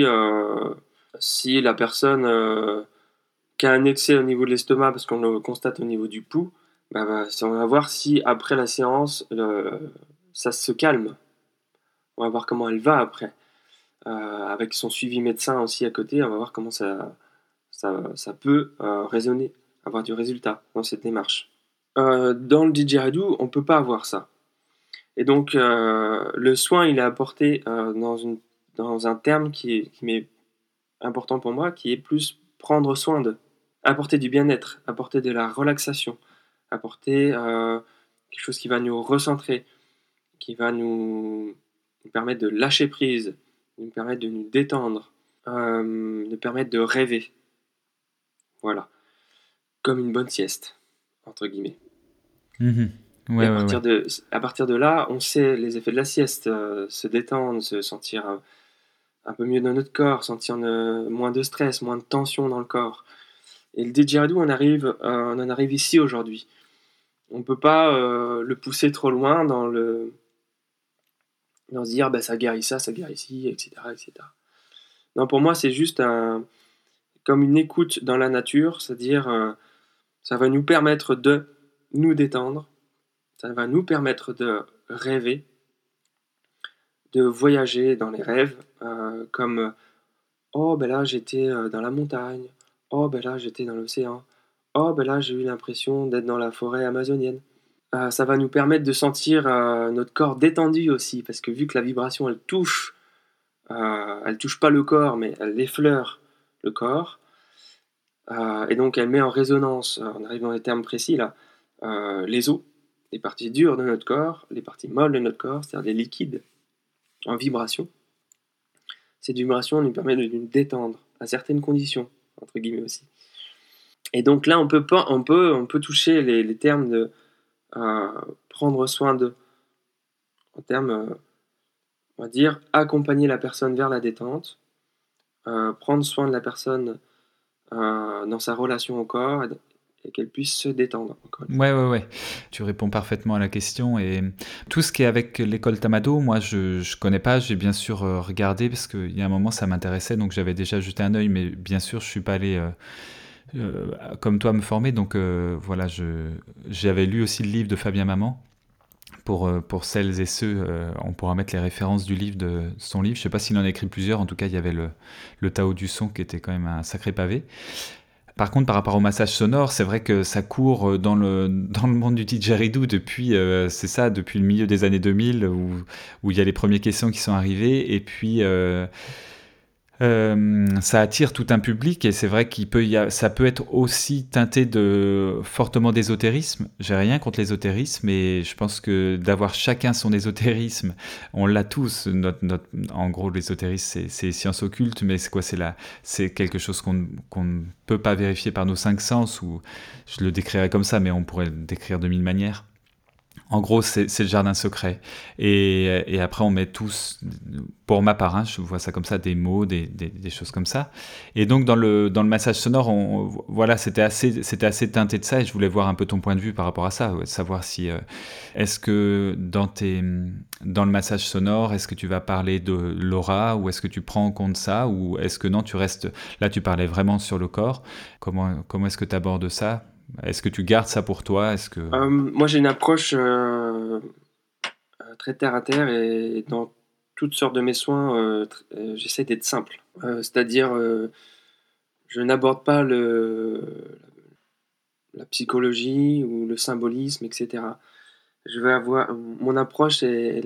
Speaker 1: la personne qui a un excès au niveau de l'estomac, parce qu'on le constate au niveau du pouls, on va voir si après la séance, ça se calme. On va voir comment elle va après. Avec son suivi médecin aussi à côté, on va voir comment ça peut résonner, avoir du résultat dans cette démarche. Dans le didgeridoo, on ne peut pas avoir ça. Et donc, le soin, il est apporté dans un terme qui m'est important pour moi, qui est plus prendre soin de, apporter du bien-être, apporter de la relaxation, apporter quelque chose qui va nous recentrer, qui va nous permettre de lâcher prise, nous permettre de nous détendre, nous permettre de rêver. Voilà. Comme une bonne sieste, entre guillemets.
Speaker 2: Mmh. Ouais,
Speaker 1: à partir de là, on sait les effets de la sieste, se détendre, se sentir un peu mieux dans notre corps, sentir moins de stress, moins de tension dans le corps. Et le didgeridoo, on en arrive ici aujourd'hui. On ne peut pas le pousser trop loin dans se dire ça guérit ça guérit ci, etc., etc. Non, pour moi, c'est juste comme une écoute dans la nature, c'est-à-dire ça va nous permettre de nous détendre, ça va nous permettre de rêver, de voyager dans les rêves, comme oh là j'étais dans la montagne, oh là j'étais dans l'océan, oh ben là j'ai eu l'impression d'être dans la forêt amazonienne. Ça va nous permettre de sentir notre corps détendu aussi, parce que vu que la vibration elle touche pas le corps, mais elle effleure le corps, et donc elle met en résonance, on arrive dans les termes précis là, les os, les parties dures de notre corps, les parties molles de notre corps, c'est-à-dire les liquides en vibration. Cette vibration nous permet de nous détendre à certaines conditions, entre guillemets aussi. Et donc là, on peut toucher les termes de prendre soin de, en termes, on va dire, accompagner la personne vers la détente, prendre soin de la personne dans sa relation au corps et qu'elle puisse se détendre. Encore une fois.
Speaker 2: Ouais. Tu réponds parfaitement à la question. Et tout ce qui est avec l'école Tamado, moi, je connais pas. J'ai bien sûr regardé parce qu'il y a un moment, ça m'intéressait, donc j'avais déjà jeté un œil, mais bien sûr, je suis pas allé comme toi me former. Donc voilà, j'avais lu aussi le livre de Fabien Maman. Pour celles et ceux, on pourra mettre les références du livre de son livre. Je sais pas s'il en a écrit plusieurs. En tout cas, il y avait le Tao du son qui était quand même un sacré pavé. Par contre, par rapport au massage sonore, c'est vrai que ça court dans le monde du didgeridoo depuis, depuis le milieu des années 2000, où il y a les premières questions qui sont arrivées, et puis ça attire tout un public, et c'est vrai ça peut être aussi teinté de fortement d'ésotérisme. J'ai rien contre l'ésotérisme, et je pense que d'avoir chacun son ésotérisme, on l'a tous. En gros, l'ésotérisme, c'est science occulte, mais c'est quoi? C'est quelque chose qu'on ne peut pas vérifier par nos 5 sens, ou je le décrirais comme ça, mais on pourrait le décrire de mille manières. En gros, c'est le jardin secret. Et après, on met tous, pour ma part, je vois ça comme ça, des mots, des choses comme ça. Et donc, dans le massage sonore, voilà, c'était assez teinté de ça. Et je voulais voir un peu ton point de vue par rapport à ça. Savoir si, est-ce que dans le massage sonore, est-ce que tu vas parler de l'aura, ou est-ce que tu prends en compte ça, ou est-ce que non, tu restes, là, tu parlais vraiment sur le corps. Comment est-ce que tu abordes ça? Est-ce que tu gardes ça pour toi?
Speaker 1: Moi, j'ai une approche très terre à terre, et dans toutes sortes de mes soins, j'essaie d'être simple. C'est-à-dire, je n'aborde pas la psychologie ou le symbolisme, etc. Mon approche,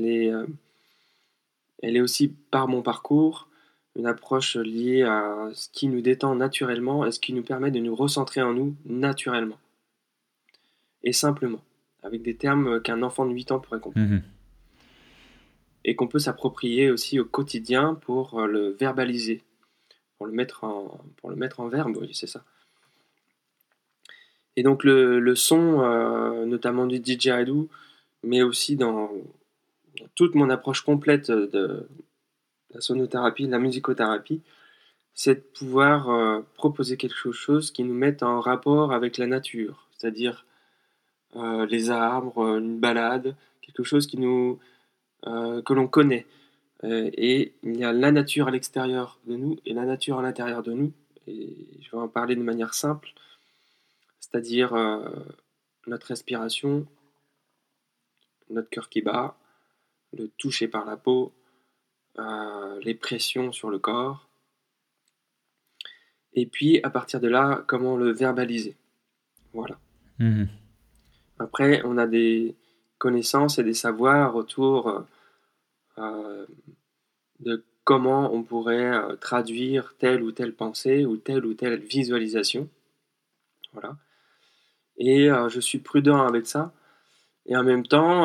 Speaker 1: elle est aussi par mon parcours, une approche liée à ce qui nous détend naturellement et ce qui nous permet de nous recentrer en nous naturellement et simplement, avec des termes qu'un enfant de 8 ans pourrait comprendre.
Speaker 2: Mhm.
Speaker 1: Et qu'on peut s'approprier aussi au quotidien pour le verbaliser, pour le mettre en verbe, oui, c'est ça. Et donc le son, notamment du didgeridoo, mais aussi dans toute mon approche complète de la sonothérapie, de la musicothérapie, c'est de pouvoir proposer quelque chose qui nous mette en rapport avec la nature, c'est-à-dire les arbres, une balade, quelque chose que l'on connaît. Et il y a la nature à l'extérieur de nous et la nature à l'intérieur de nous. Et je vais en parler de manière simple, c'est-à-dire notre respiration, notre cœur qui bat, le toucher par la peau, les pressions sur le corps. Et puis, à partir de là, comment le verbaliser. Voilà.
Speaker 2: Mhm.
Speaker 1: Après, on a des connaissances et des savoirs autour de comment on pourrait traduire telle ou telle pensée ou telle visualisation. Voilà. Et je suis prudent avec ça. Et en même temps,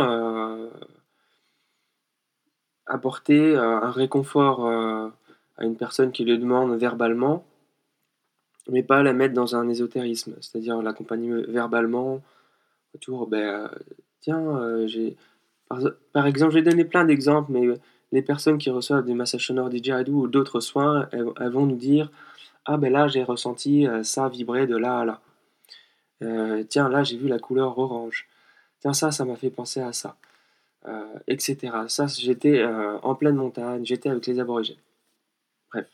Speaker 1: apporter un réconfort à une personne qui le demande verbalement, mais pas la mettre dans un ésotérisme, c'est-à-dire l'accompagner verbalement autour, tiens, par exemple, j'ai donné plein d'exemples, mais les personnes qui reçoivent des massages sonores didgeridoo ou d'autres soins, elles vont nous dire, ah ben là, j'ai ressenti ça vibrer de là à là. Tiens, là, j'ai vu la couleur orange. Tiens, ça m'a fait penser à ça. Etc. Ça, j'étais en pleine montagne, j'étais avec les aborigènes. Bref.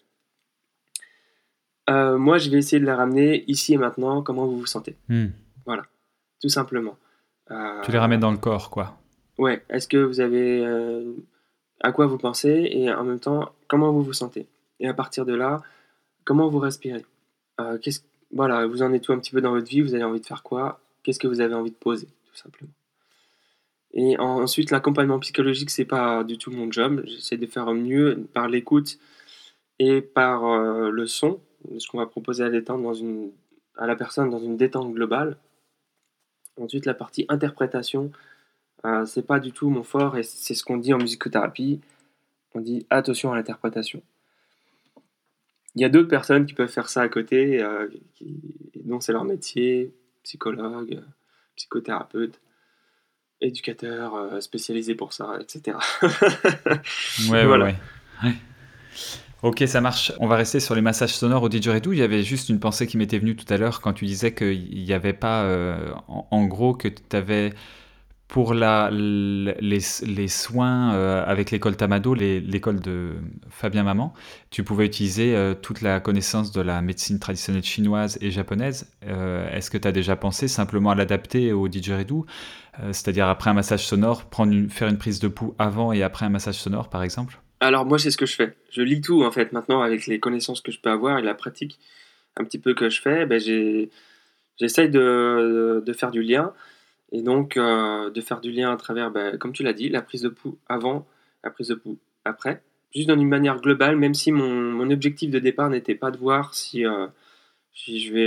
Speaker 1: Moi, je vais essayer de la ramener ici et maintenant, comment vous vous sentez. Voilà, tout simplement.
Speaker 2: Tu les ramènes dans le corps, quoi.
Speaker 1: Ouais, est-ce que vous avez... à quoi vous pensez, et en même temps, comment vous vous sentez. Et à partir de là, comment vous respirez. Voilà, vous en êtes où un petit peu dans votre vie, vous avez envie de faire quoi, qu'est-ce que vous avez envie de poser, tout simplement. Et ensuite, l'accompagnement psychologique, c'est pas du tout mon job. J'essaie de faire mieux par l'écoute et par le son, ce qu'on va proposer à la personne dans une détente globale. Ensuite, la partie interprétation, c'est pas du tout mon fort et c'est ce qu'on dit en musicothérapie. On dit attention à l'interprétation. Il y a d'autres personnes qui peuvent faire ça à côté, dont c'est leur métier, psychologue, psychothérapeute, éducateur spécialisé pour ça, etc.
Speaker 2: Ouais,
Speaker 1: Voilà.
Speaker 2: ouais. Ok, ça marche. On va rester sur les massages sonores au didgeridoo. Il y avait juste une pensée qui m'était venue tout à l'heure quand tu disais qu'il n'y avait pas, en gros, que tu avais pour les soins avec l'école Tamado, l'école de Fabien Maman, tu pouvais utiliser toute la connaissance de la médecine traditionnelle chinoise et japonaise. Est-ce que tu as déjà pensé simplement à l'adapter au didgeridoo, c'est-à-dire après un massage sonore, faire une prise de pouls avant et après un massage sonore, par exemple?
Speaker 1: Alors moi, c'est ce que je fais. Je lis tout en fait maintenant avec les connaissances que je peux avoir et la pratique un petit peu que je fais. J'essaye de faire du lien et donc de faire du lien à travers, comme tu l'as dit, la prise de pouls avant, la prise de pouls après. Juste d'une manière globale, même si mon objectif de départ n'était pas de voir si je vais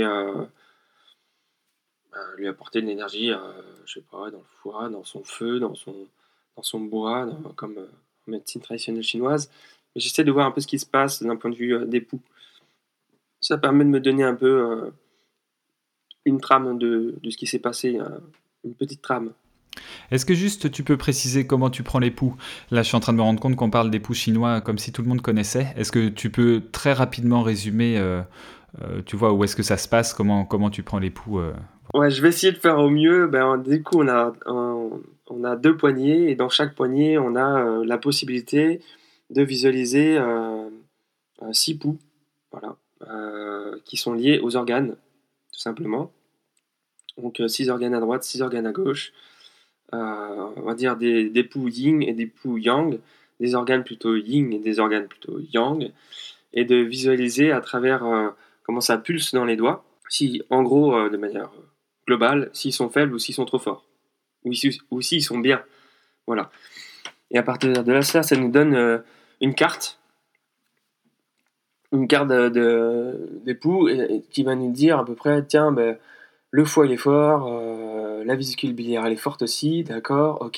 Speaker 1: lui apporter de l'énergie, je sais pas, dans le foie, dans son feu, dans son bois, comme en médecine traditionnelle chinoise. Mais j'essaie de voir un peu ce qui se passe d'un point de vue des poux. Ça permet de me donner un peu une trame de ce qui s'est passé, une petite trame.
Speaker 2: Est-ce que juste tu peux préciser comment tu prends les poux? Là, je suis en train de me rendre compte qu'on parle des poux chinois comme si tout le monde connaissait. Est-ce que tu peux très rapidement résumer, tu vois, où est-ce que ça se passe, comment tu prends les poux
Speaker 1: Ouais, je vais essayer de faire au mieux. Du coup, on a deux poignées et dans chaque poignée, on a la possibilité de visualiser six poux, voilà, qui sont liés aux organes, tout simplement. Donc, six organes à droite, six organes à gauche. On va dire des poux yin et des poux yang, des organes plutôt yin et des organes plutôt yang, et de visualiser à travers comment ça pulse dans les doigts, si en gros, de manière globale, s'ils sont faibles ou s'ils sont trop forts, ou s'ils sont bien. Voilà. Et à partir de là, ça nous donne une carte des poux qui va nous dire à peu près, tiens, le foie il est fort, la vésicule biliaire elle est forte aussi, d'accord, ok.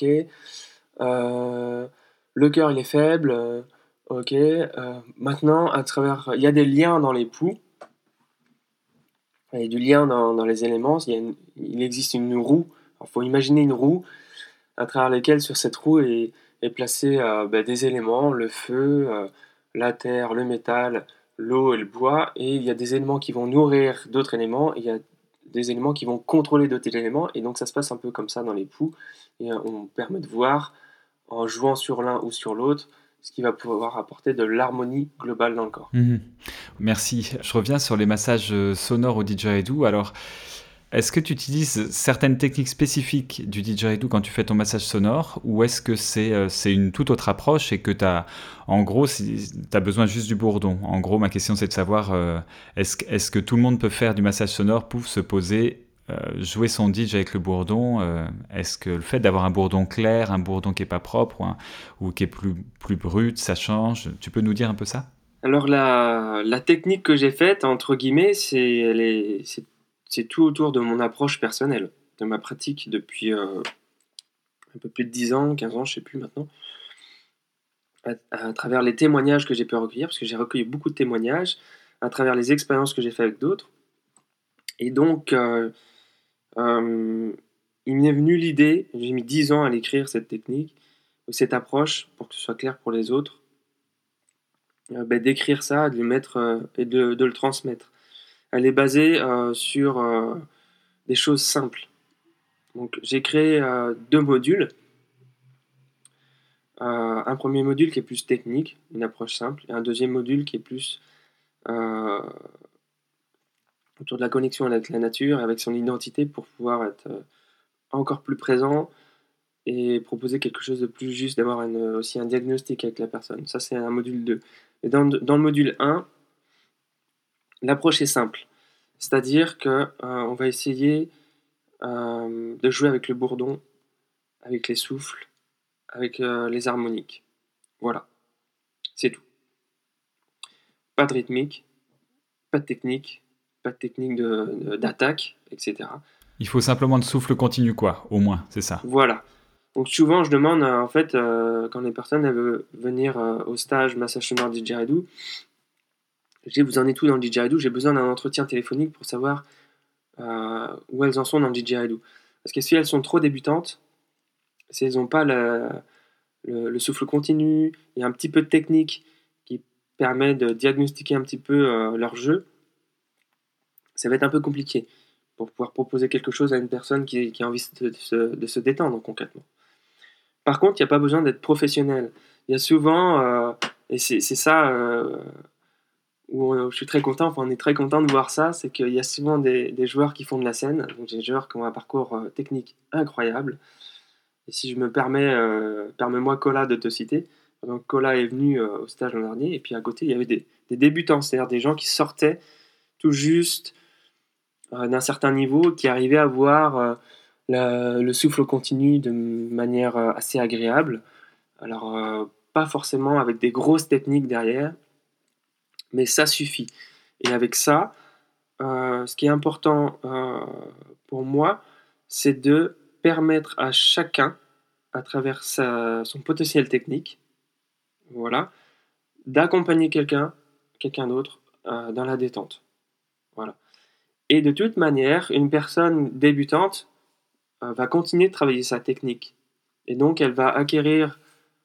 Speaker 1: Le cœur il est faible, ok. Maintenant, à travers, il y a des liens dans les poux, il y a du lien dans les éléments. Il existe une roue. Il faut imaginer une roue à travers laquelle sur cette roue est placé des éléments, le feu, la terre, le métal, l'eau et le bois. Et il y a des éléments qui vont nourrir d'autres éléments. Et il y a des éléments qui vont contrôler d'autres éléments. Et donc ça se passe un peu comme ça dans les poux. Et on permet de voir, en jouant sur l'un ou sur l'autre, ce qui va pouvoir apporter de l'harmonie globale dans le corps.
Speaker 2: Merci. Je reviens sur les massages sonores au didgeridoo. Alors, est-ce que tu utilises certaines techniques spécifiques du didgeridoo quand tu fais ton massage sonore, ou est-ce que c'est une toute autre approche et que en gros, tu as besoin juste du bourdon? En gros, ma question, c'est de savoir, est-ce que tout le monde peut faire du massage sonore, pouf, se poser, jouer son didge avec le bourdon? Est-ce que le fait d'avoir un bourdon clair, un bourdon qui est pas propre, ou qui est plus brut, ça change? Tu peux nous dire un peu ça?
Speaker 1: Alors la technique que j'ai faite, entre guillemets, c'est tout autour de mon approche personnelle, de ma pratique depuis un peu plus de 10 ans, 15 ans, je sais plus maintenant, à travers les témoignages que j'ai pu recueillir, parce que j'ai recueilli beaucoup de témoignages, à travers les expériences que j'ai fait avec d'autres. Et donc, il m'est venu l'idée, j'ai mis 10 ans à l'écrire cette technique, ou cette approche, pour que ce soit clair pour les autres, d'écrire ça, de le mettre et de le transmettre. Elle est basée sur des choses simples. Donc j'ai créé deux modules. Un premier module qui est plus technique, une approche simple, et un deuxième module qui est plus euh, autour de la connexion avec la nature, avec son identité, pour pouvoir être encore plus présent et proposer quelque chose de plus juste, d'avoir aussi un diagnostic avec la personne. Ça, c'est un module 2. Et dans le module 1, l'approche est simple. C'est-à-dire que on va essayer de jouer avec le bourdon, avec les souffles, avec les harmoniques. Voilà, c'est tout. Pas de rythmique, pas de technique d'attaque, etc.
Speaker 2: Il faut simplement de souffle continu, quoi, au moins, c'est ça.
Speaker 1: Voilà. Donc souvent, je demande, en fait, quand les personnes elles veulent venir au stage massage sonore didgeridoo, je dis, vous en êtes où dans le didgeridoo? J'ai besoin d'un entretien téléphonique pour savoir où elles en sont dans le didgeridoo. Parce que si elles sont trop débutantes, si elles n'ont pas le souffle continu et un petit peu de technique qui permet de diagnostiquer un petit peu leur jeu, ça va être un peu compliqué pour pouvoir proposer quelque chose à une personne qui a envie de se détendre concrètement. Par contre, il n'y a pas besoin d'être professionnel. Il y a souvent, et c'est ça où je suis très content, enfin on est très content de voir ça, c'est qu'il y a souvent des joueurs qui font de la scène, donc des joueurs qui ont un parcours technique incroyable. Et si je me permets-moi Cola de te citer, donc Cola est venu au stage l'an dernier, et puis à côté il y avait des débutants, c'est-à-dire des gens qui sortaient tout juste d'un certain niveau, qui arrivaient à avoir le souffle continu de manière assez agréable. Alors, pas forcément avec des grosses techniques derrière, mais ça suffit. Et avec ça, ce qui est important pour moi, c'est de permettre à chacun, à travers son potentiel technique, voilà, d'accompagner quelqu'un d'autre dans la détente. Voilà. Et de toute manière, une personne débutante va continuer de travailler sa technique. Et donc, elle va acquérir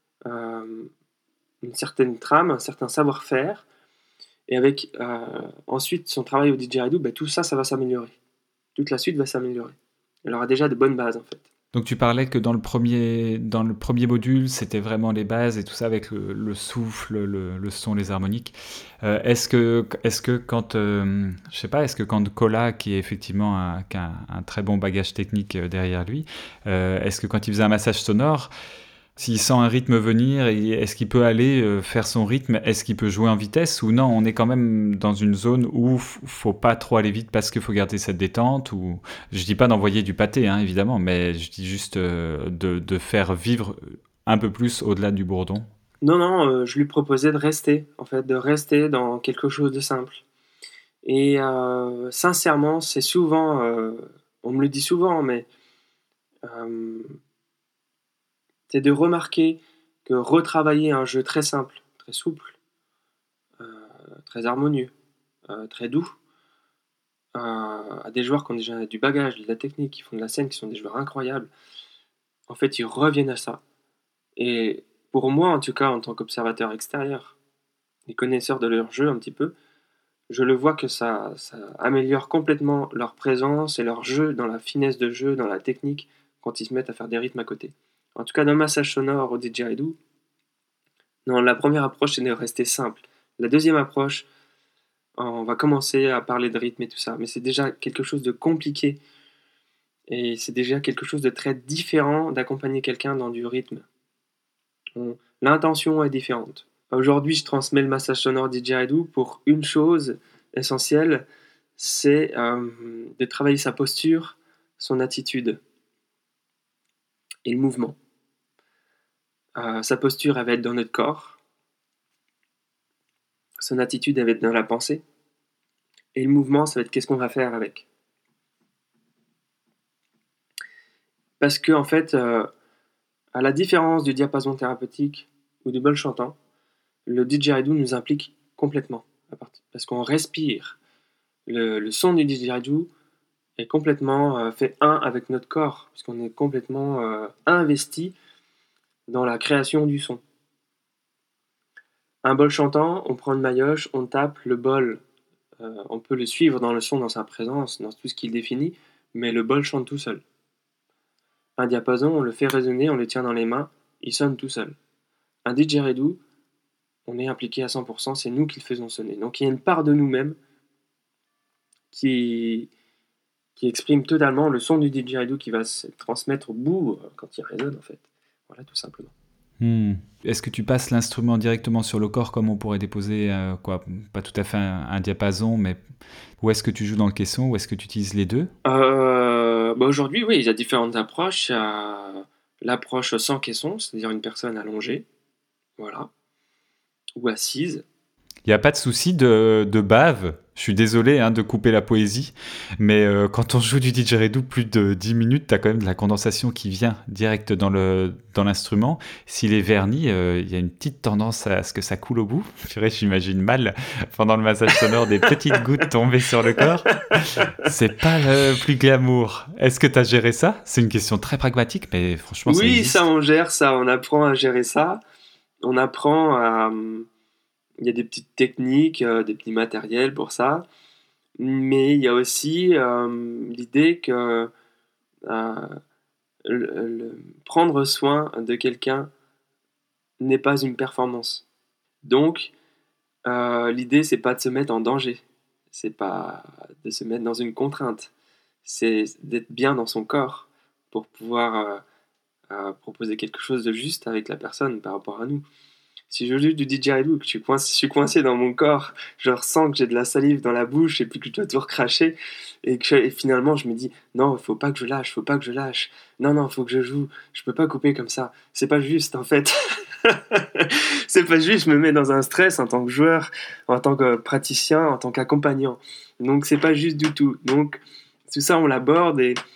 Speaker 1: une certaine trame, un certain savoir-faire. Et avec ensuite son travail au didgeridoo, tout ça, ça va s'améliorer. Toute la suite va s'améliorer. Elle aura déjà de bonnes bases, en fait.
Speaker 2: Donc tu parlais que dans le premier module, c'était vraiment les bases et tout ça avec le souffle, le son, les harmoniques. Est-ce que quand, je sais pas, est-ce que quand Cola, qui est effectivement qui a un très bon bagage technique derrière lui, est-ce que quand il faisait un massage sonore, s'il sent un rythme venir, est-ce qu'il peut aller faire son rythme? Est-ce qu'il peut jouer en vitesse? Ou non, on est quand même dans une zone où faut pas trop aller vite parce qu'il faut garder cette détente? Ou je dis pas d'envoyer du pâté, hein, évidemment, mais je dis juste de faire vivre un peu plus au-delà du bourdon.
Speaker 1: Non, je lui proposais de rester, en fait, de rester dans quelque chose de simple. Et sincèrement, c'est souvent, on me le dit souvent, mais euh, c'est de remarquer que retravailler un jeu très simple, très souple, très harmonieux, très doux, à des joueurs qui ont déjà du bagage, de la technique, qui font de la scène, qui sont des joueurs incroyables, en fait, ils reviennent à ça. Et pour moi, en tout cas, en tant qu'observateur extérieur, et connaisseur de leur jeu un petit peu, je le vois que ça améliore complètement leur présence et leur jeu, dans la finesse de jeu, dans la technique, quand ils se mettent à faire des rythmes à côté. En tout cas, dans le massage sonore au didgeridoo, non, la première approche, c'est de rester simple. La deuxième approche, on va commencer à parler de rythme et tout ça, mais c'est déjà quelque chose de compliqué et c'est déjà quelque chose de très différent d'accompagner quelqu'un dans du rythme. L'intention est différente. Aujourd'hui, je transmets le massage sonore didgeridoo pour une chose essentielle, c'est de travailler sa posture, son attitude et le mouvement. Sa posture, elle va être dans notre corps, son attitude, elle va être dans la pensée, et le mouvement, ça va être qu'est-ce qu'on va faire avec. Parce que, en fait, à la différence du diapason thérapeutique ou du bol chantant, le didgeridoo nous implique complètement, parce qu'on respire. Le son du didgeridoo est complètement fait un avec notre corps, parce qu'on est complètement investi dans la création du son. Un bol chantant, on prend une maillotche, on tape le bol, on peut le suivre dans le son, dans sa présence, dans tout ce qu'il définit, mais le bol chante tout seul. Un diapason, on le fait résonner, on le tient dans les mains, il sonne tout seul. Un didgeridoo, on est impliqué à 100%, c'est nous qui le faisons sonner. Donc il y a une part de nous-mêmes qui exprime totalement le son du didgeridoo qui va se transmettre au bout quand il résonne en fait. Voilà, tout simplement.
Speaker 2: Hmm. Est-ce que tu passes l'instrument directement sur le corps comme on pourrait déposer pas tout à fait un diapason, mais où est-ce que tu joues dans le caisson, ou est-ce que tu utilises les deux?
Speaker 1: Aujourd'hui, oui, il y a différentes approches. Il y a l'approche sans caisson, c'est-à-dire une personne allongée, voilà, ou assise.
Speaker 2: Il n'y a pas de souci de bave. Je suis désolé de couper la poésie, mais quand on joue du didgeridoo plus de 10 minutes, tu as quand même de la condensation qui vient direct dans l'instrument. S'il est verni, il y a une petite tendance à ce que ça coule au bout. Purée, j'imagine mal, pendant le massage sonore, des petites gouttes tombées sur le corps. C'est pas le plus glamour. Est-ce que tu as géré ça? C'est une question très pragmatique, mais franchement, ça
Speaker 1: Oui, ça,
Speaker 2: existe.
Speaker 1: on gère ça, on apprend à gérer ça. On apprend à... Il y a des petites techniques, des petits matériels pour ça. Mais il y a aussi l'idée que euh, prendre soin de quelqu'un n'est pas une performance. Donc, l'idée, c'est pas de se mettre en danger. C'est pas de se mettre dans une contrainte. C'est d'être bien dans son corps pour pouvoir proposer quelque chose de juste avec la personne par rapport à nous. Si je joue du didgeridoo, que je suis coincé dans mon corps, je ressens que j'ai de la salive dans la bouche et puis que je dois tout recracher, et finalement je me dis non, il faut pas que je lâche, faut pas que je lâche. Non, non, il faut que je joue. Je peux pas couper comme ça. C'est pas juste en fait. C'est pas juste. Je me mets dans un stress en tant que joueur, en tant que praticien, en tant qu'accompagnant. Donc c'est pas juste du tout. Donc tout ça on l'aborde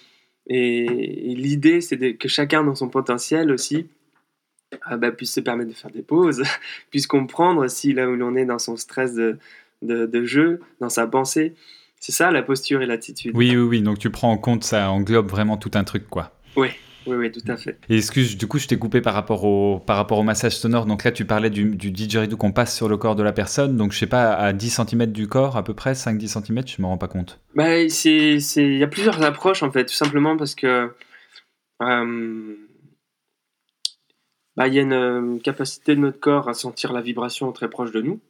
Speaker 1: et l'idée c'est que chacun dans son potentiel aussi puisse se permettre de faire des pauses, puisse comprendre si là où l'on est dans son stress de jeu, dans sa pensée. C'est ça la posture et l'attitude.
Speaker 2: Oui, oui, oui. Donc tu prends en compte, ça englobe vraiment tout un truc, quoi.
Speaker 1: Oui, oui, oui, tout à fait.
Speaker 2: Et excuse, du coup, je t'ai coupé par rapport au massage sonore. Donc là, tu parlais du didgeridoo qu'on passe sur le corps de la personne. Donc, je sais pas, à 10 cm du corps, à peu près, 5-10 cm, je me rends pas compte.
Speaker 1: Il y a plusieurs approches en fait, tout simplement parce que il y a une capacité de notre corps à sentir la vibration très proche de nous.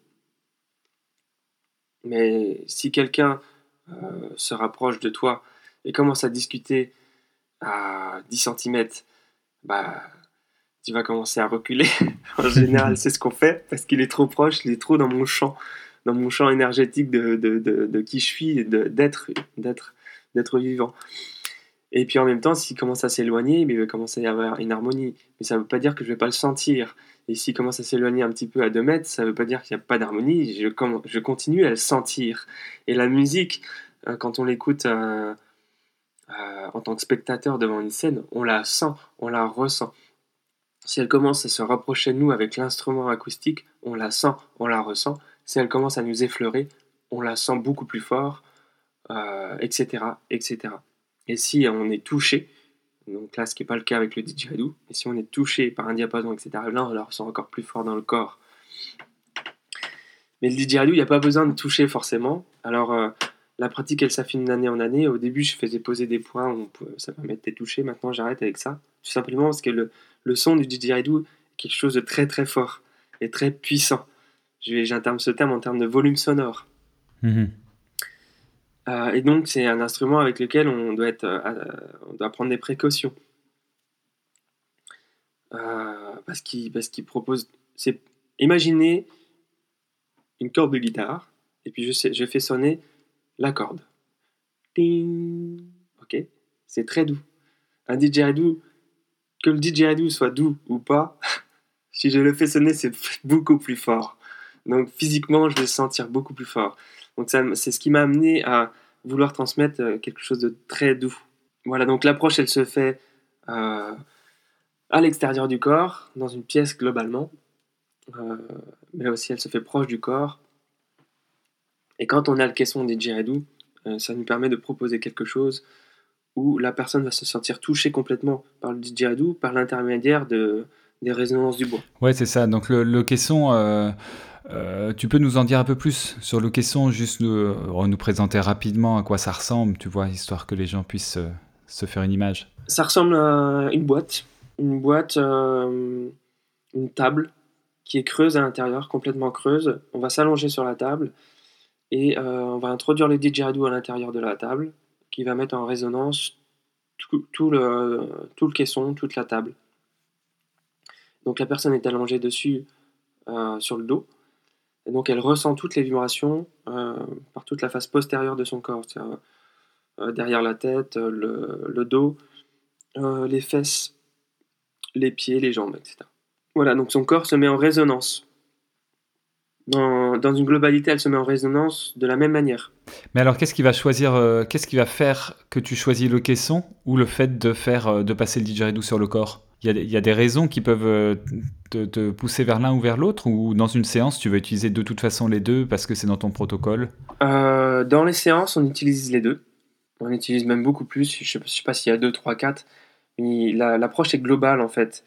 Speaker 1: Mais si quelqu'un se rapproche de toi et commence à discuter à 10 cm, bah, tu vas commencer à reculer. En général, c'est ce qu'on fait parce qu'il est trop proche, il est trop dans mon champ énergétique de qui je suis, d'être vivant. Et puis en même temps, s'il commence à s'éloigner, il va commencer à y avoir une harmonie. Mais ça ne veut pas dire que je ne vais pas le sentir. Et s'il commence à s'éloigner un petit peu à 2 mètres, ça ne veut pas dire qu'il n'y a pas d'harmonie. Je continue à le sentir. Et la musique, quand on l'écoute en tant que spectateur devant une scène, on la sent, on la ressent. Si elle commence à se rapprocher de nous avec l'instrument acoustique, on la sent, on la ressent. Si elle commence à nous effleurer, on la sent beaucoup plus fort, etc., etc. Et si on est touché, donc là ce qui n'est pas le cas avec le didgeridoo, mais si on est touché par un diapason, etc., là on la ressent encore plus fort dans le corps. Mais le didgeridoo, il n'y a pas besoin de toucher forcément. Alors la pratique, elle s'affine d'année en année. Au début, je faisais poser des points, ça permettait de toucher. Maintenant, j'arrête avec ça. Tout simplement parce que le son du didgeridoo est quelque chose de très très fort et très puissant. J'interme ce terme en termes de volume sonore.
Speaker 2: Mhm.
Speaker 1: Et donc, c'est un instrument avec lequel on doit prendre des précautions. Parce qu'il propose... Imaginez une corde de guitare, et puis je fais sonner la corde. Ding. Ok, c'est très doux. Un didgeridoo, que le didgeridoo soit doux ou pas, si je le fais sonner, c'est beaucoup plus fort. Donc physiquement, je vais le sentir beaucoup plus fort. Donc c'est ce qui m'a amené à vouloir transmettre quelque chose de très doux. Voilà, donc l'approche, elle se fait à l'extérieur du corps, dans une pièce globalement, mais aussi elle se fait proche du corps. Et quand on a le caisson didgeridoo, ça nous permet de proposer quelque chose où la personne va se sentir touchée complètement par le didgeridoo, par l'intermédiaire des résonances du bois.
Speaker 2: Ouais, c'est ça. Donc le caisson, tu peux nous en dire un peu plus sur le caisson, juste nous présenter rapidement à quoi ça ressemble, tu vois, histoire que les gens puissent se faire une image.
Speaker 1: Ça ressemble à une boîte, une table qui est creuse à l'intérieur, complètement creuse. On va s'allonger sur la table et on va introduire le didgeridoo à l'intérieur de la table, qui va mettre en résonance tout le caisson, toute la table. Donc la personne est allongée dessus sur le dos, et donc elle ressent toutes les vibrations par toute la face postérieure de son corps, c'est-à-dire derrière la tête, le dos, les fesses, les pieds, les jambes, etc. Voilà, donc son corps se met en résonance. Dans une globalité, elle se met en résonance de la même manière.
Speaker 2: Mais alors, qu'est-ce qui va faire que tu choisis le caisson ou le fait de passer le didgeridoo sur le corps? Il y a des raisons qui peuvent te pousser vers l'un ou vers l'autre, ou dans une séance, tu vas utiliser de toute façon les deux parce que c'est dans ton protocole?
Speaker 1: Dans les séances, on utilise les deux. On utilise même beaucoup plus. Je sais pas s'il y a 2, 3, 4. Mais l'approche est globale, en fait.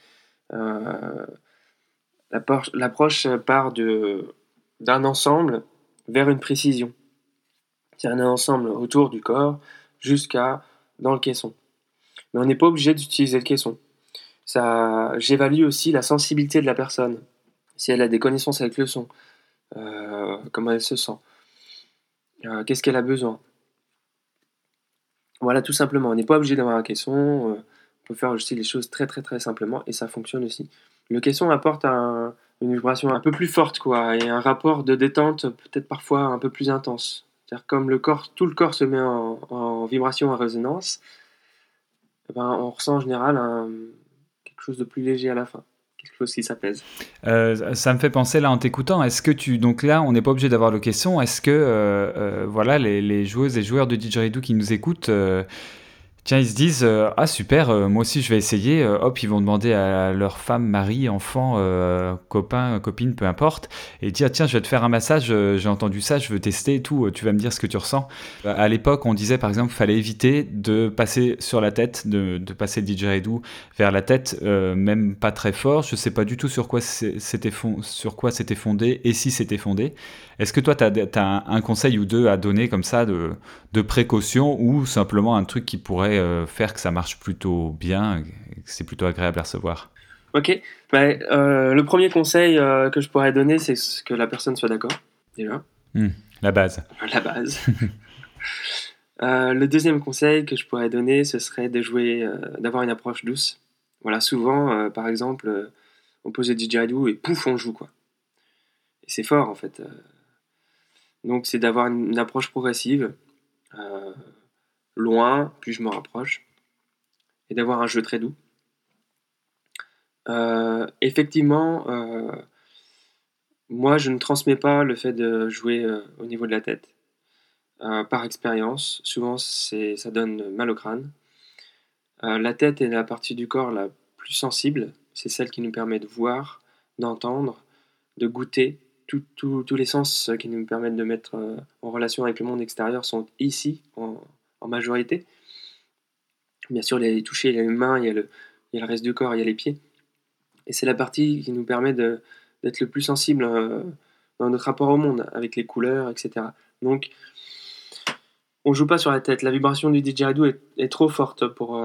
Speaker 1: L'approche part d'un ensemble vers une précision. C'est un ensemble autour du corps jusqu'à dans le caisson. Mais on n'est pas obligé d'utiliser le caisson. J'évalue aussi la sensibilité de la personne. Si elle a des connaissances avec le son, comment elle se sent, qu'est-ce qu'elle a besoin. Voilà, tout simplement. On n'est pas obligé d'avoir un caisson. On peut faire aussi les choses très très très simplement et ça fonctionne aussi. Le caisson apporte une vibration un peu plus forte, quoi, et un rapport de détente peut-être parfois un peu plus intense. C'est-à-dire comme tout le corps se met en vibration, en résonance, eh ben, on ressent en général quelque chose de plus léger à la fin, quelque chose qui s'apaise.
Speaker 2: Ça me fait penser là en t'écoutant, donc là on n'est pas obligé d'avoir le caisson, est-ce que voilà les joueuses et joueurs de didgeridoo qui nous écoutent, tiens, ils se disent ah super, moi aussi je vais essayer. Hop, ils vont demander à leur femme, mari, enfant, copain, copine, peu importe, et dire tiens, je vais te faire un massage. J'ai entendu ça, je veux tester et tout. Tu vas me dire ce que tu ressens. À l'époque, on disait par exemple, fallait éviter de passer sur la tête, de passer le didgeridoo vers la tête, même pas très fort. Je sais pas du tout sur quoi c'était fondé et si c'était fondé. Est-ce que toi, tu as un conseil ou deux à donner comme ça de précaution ou simplement un truc qui pourrait faire que ça marche plutôt bien et que c'est plutôt agréable à recevoir?
Speaker 1: Ok, le premier conseil que je pourrais donner, c'est que la personne soit d'accord, déjà.
Speaker 2: La base.
Speaker 1: La base. Le deuxième conseil que je pourrais donner, ce serait d'avoir une approche douce. Voilà, souvent, par exemple, on pose le didgeridoo et pouf, on joue, quoi. Et c'est fort, en fait. Donc, c'est d'avoir une approche progressive, loin, puis je me rapproche, et d'avoir un jeu très doux. Effectivement, moi, je ne transmets pas le fait de jouer au niveau de la tête. Par expérience, souvent, ça donne mal au crâne. La tête est la partie du corps la plus sensible. C'est celle qui nous permet de voir, d'entendre, de goûter. Tous les sens qui nous permettent de mettre en relation avec le monde extérieur sont ici, en majorité. Bien sûr, il y a les touchés, il y a les mains, il y a le reste du corps, il y a les pieds. Et c'est la partie qui nous permet d'être le plus sensible dans notre rapport au monde, avec les couleurs, etc. Donc, on joue pas sur la tête. La vibration du didgeridoo est trop forte pour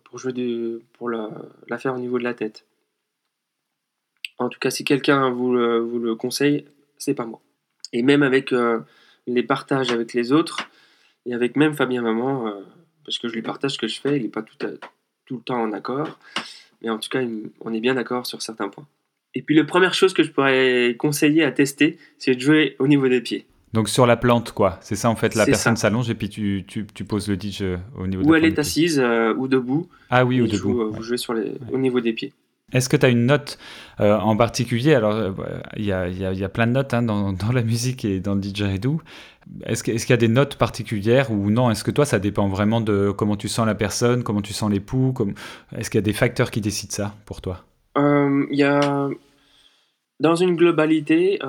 Speaker 1: la faire au niveau de la tête. En tout cas, si quelqu'un vous le conseille, c'est pas moi. Et même avec les partages avec les autres, et avec même Fabien Maman, parce que je lui partage ce que je fais, il n'est pas tout le temps en accord, mais en tout cas, on est bien d'accord sur certains points. Et puis la première chose que je pourrais conseiller à tester, c'est de jouer au niveau des pieds.
Speaker 2: Donc sur la plante, quoi. C'est ça en fait, la
Speaker 1: C'est
Speaker 2: personne
Speaker 1: ça.
Speaker 2: s'allonge et puis tu poses le didge au niveau de
Speaker 1: Ou
Speaker 2: la
Speaker 1: elle
Speaker 2: plante
Speaker 1: est
Speaker 2: des pieds.
Speaker 1: assise ou debout.
Speaker 2: Ah oui, ou
Speaker 1: et
Speaker 2: debout.
Speaker 1: Vous jouez au niveau des pieds.
Speaker 2: Est-ce que tu as une note en particulier? Alors, il y a plein de notes hein, dans la musique et dans le didgeridoo. Est-ce qu'il y a des notes particulières ou non? Est-ce que toi, ça dépend vraiment de comment tu sens la personne, comment tu sens l'époux? Est-ce qu'il y a des facteurs qui décident ça pour toi?
Speaker 1: Il y a... Dans une globalité,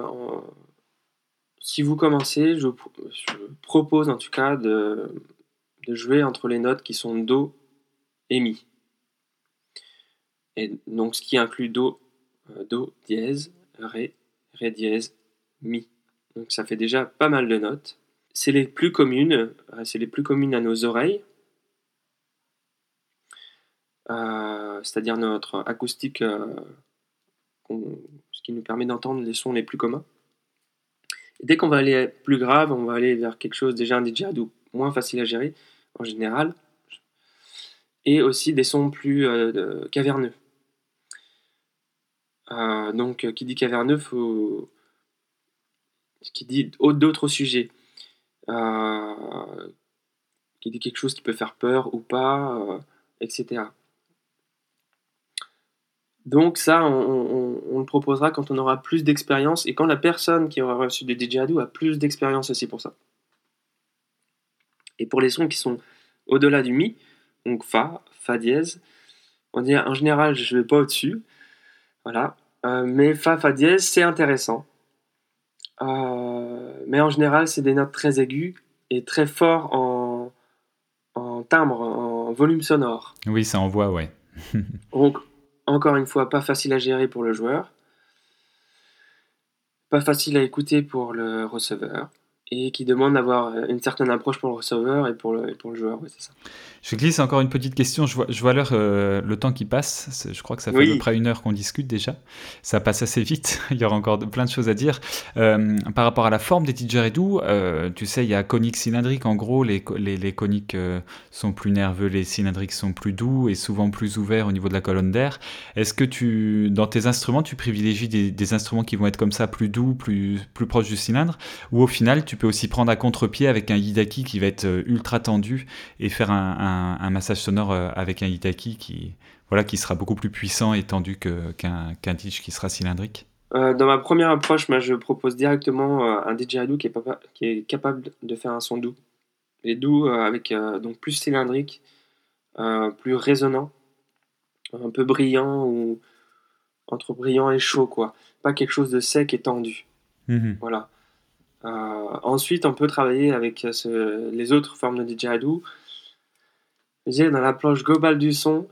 Speaker 1: si vous commencez, je propose en tout cas de jouer entre les notes qui sont Do et Mi. Et donc ce qui inclut Do, Do dièse, Ré, Ré dièse, Mi. Donc ça fait déjà pas mal de notes. C'est les plus communes à nos oreilles, c'est-à-dire notre acoustique, ce qui nous permet d'entendre les sons les plus communs. Et dès qu'on va aller plus grave, on va aller vers quelque chose déjà un didgeridoo moins facile à gérer en général, et aussi des sons plus caverneux. Donc, qui dit caverneux, qui dit d'autres sujets, qui dit quelque chose qui peut faire peur ou pas, etc. Donc ça, on le proposera quand on aura plus d'expérience et quand la personne qui aura reçu des didgeridoo a plus d'expérience aussi pour ça. Et pour les sons qui sont au-delà du mi, donc fa dièse, on dit en général je ne vais pas au-dessus, voilà. Mais fa dièse, c'est intéressant. Mais en général, c'est des notes très aiguës et très forts en timbre, en volume sonore.
Speaker 2: Oui, ça envoie, ouais.
Speaker 1: Donc, encore une fois, pas facile à gérer pour le joueur, pas facile à écouter pour le receveur, et qui demande d'avoir une certaine approche pour le receveur et pour le joueur, ouais, c'est ça.
Speaker 2: Je glisse encore une petite question. Je vois l'heure, le temps qui passe. Je crois que ça fait à peu
Speaker 1: Oui,
Speaker 2: près 1 heure qu'on discute déjà. Ça passe assez vite. Il y aura encore plein de choses à dire. Par rapport à la forme des didgeridoo, tu sais, il y a conique cylindrique. En gros, les coniques sont plus nerveux, les cylindriques sont plus doux et souvent plus ouverts au niveau de la colonne d'air. Est-ce que dans tes instruments, tu privilégies des instruments qui vont être comme ça, plus doux, plus proches du cylindre, ou au final, tu peux aussi prendre à contre-pied avec un yidaki qui va être ultra tendu et faire un massage sonore avec un Hitaki qui sera beaucoup plus puissant et tendu qu'un Ditch qui sera cylindrique.
Speaker 1: dans ma première approche, moi, je propose directement un didgeridoo qui est capable de faire un son doux. Et doux avec donc plus cylindrique, plus résonnant, un peu brillant ou entre brillant et chaud, quoi. Pas quelque chose de sec et tendu.
Speaker 2: Mhm.
Speaker 1: Voilà. Ensuite, on peut travailler avec les autres formes de didgeridoo. Je dirais dans l'approche globale du son,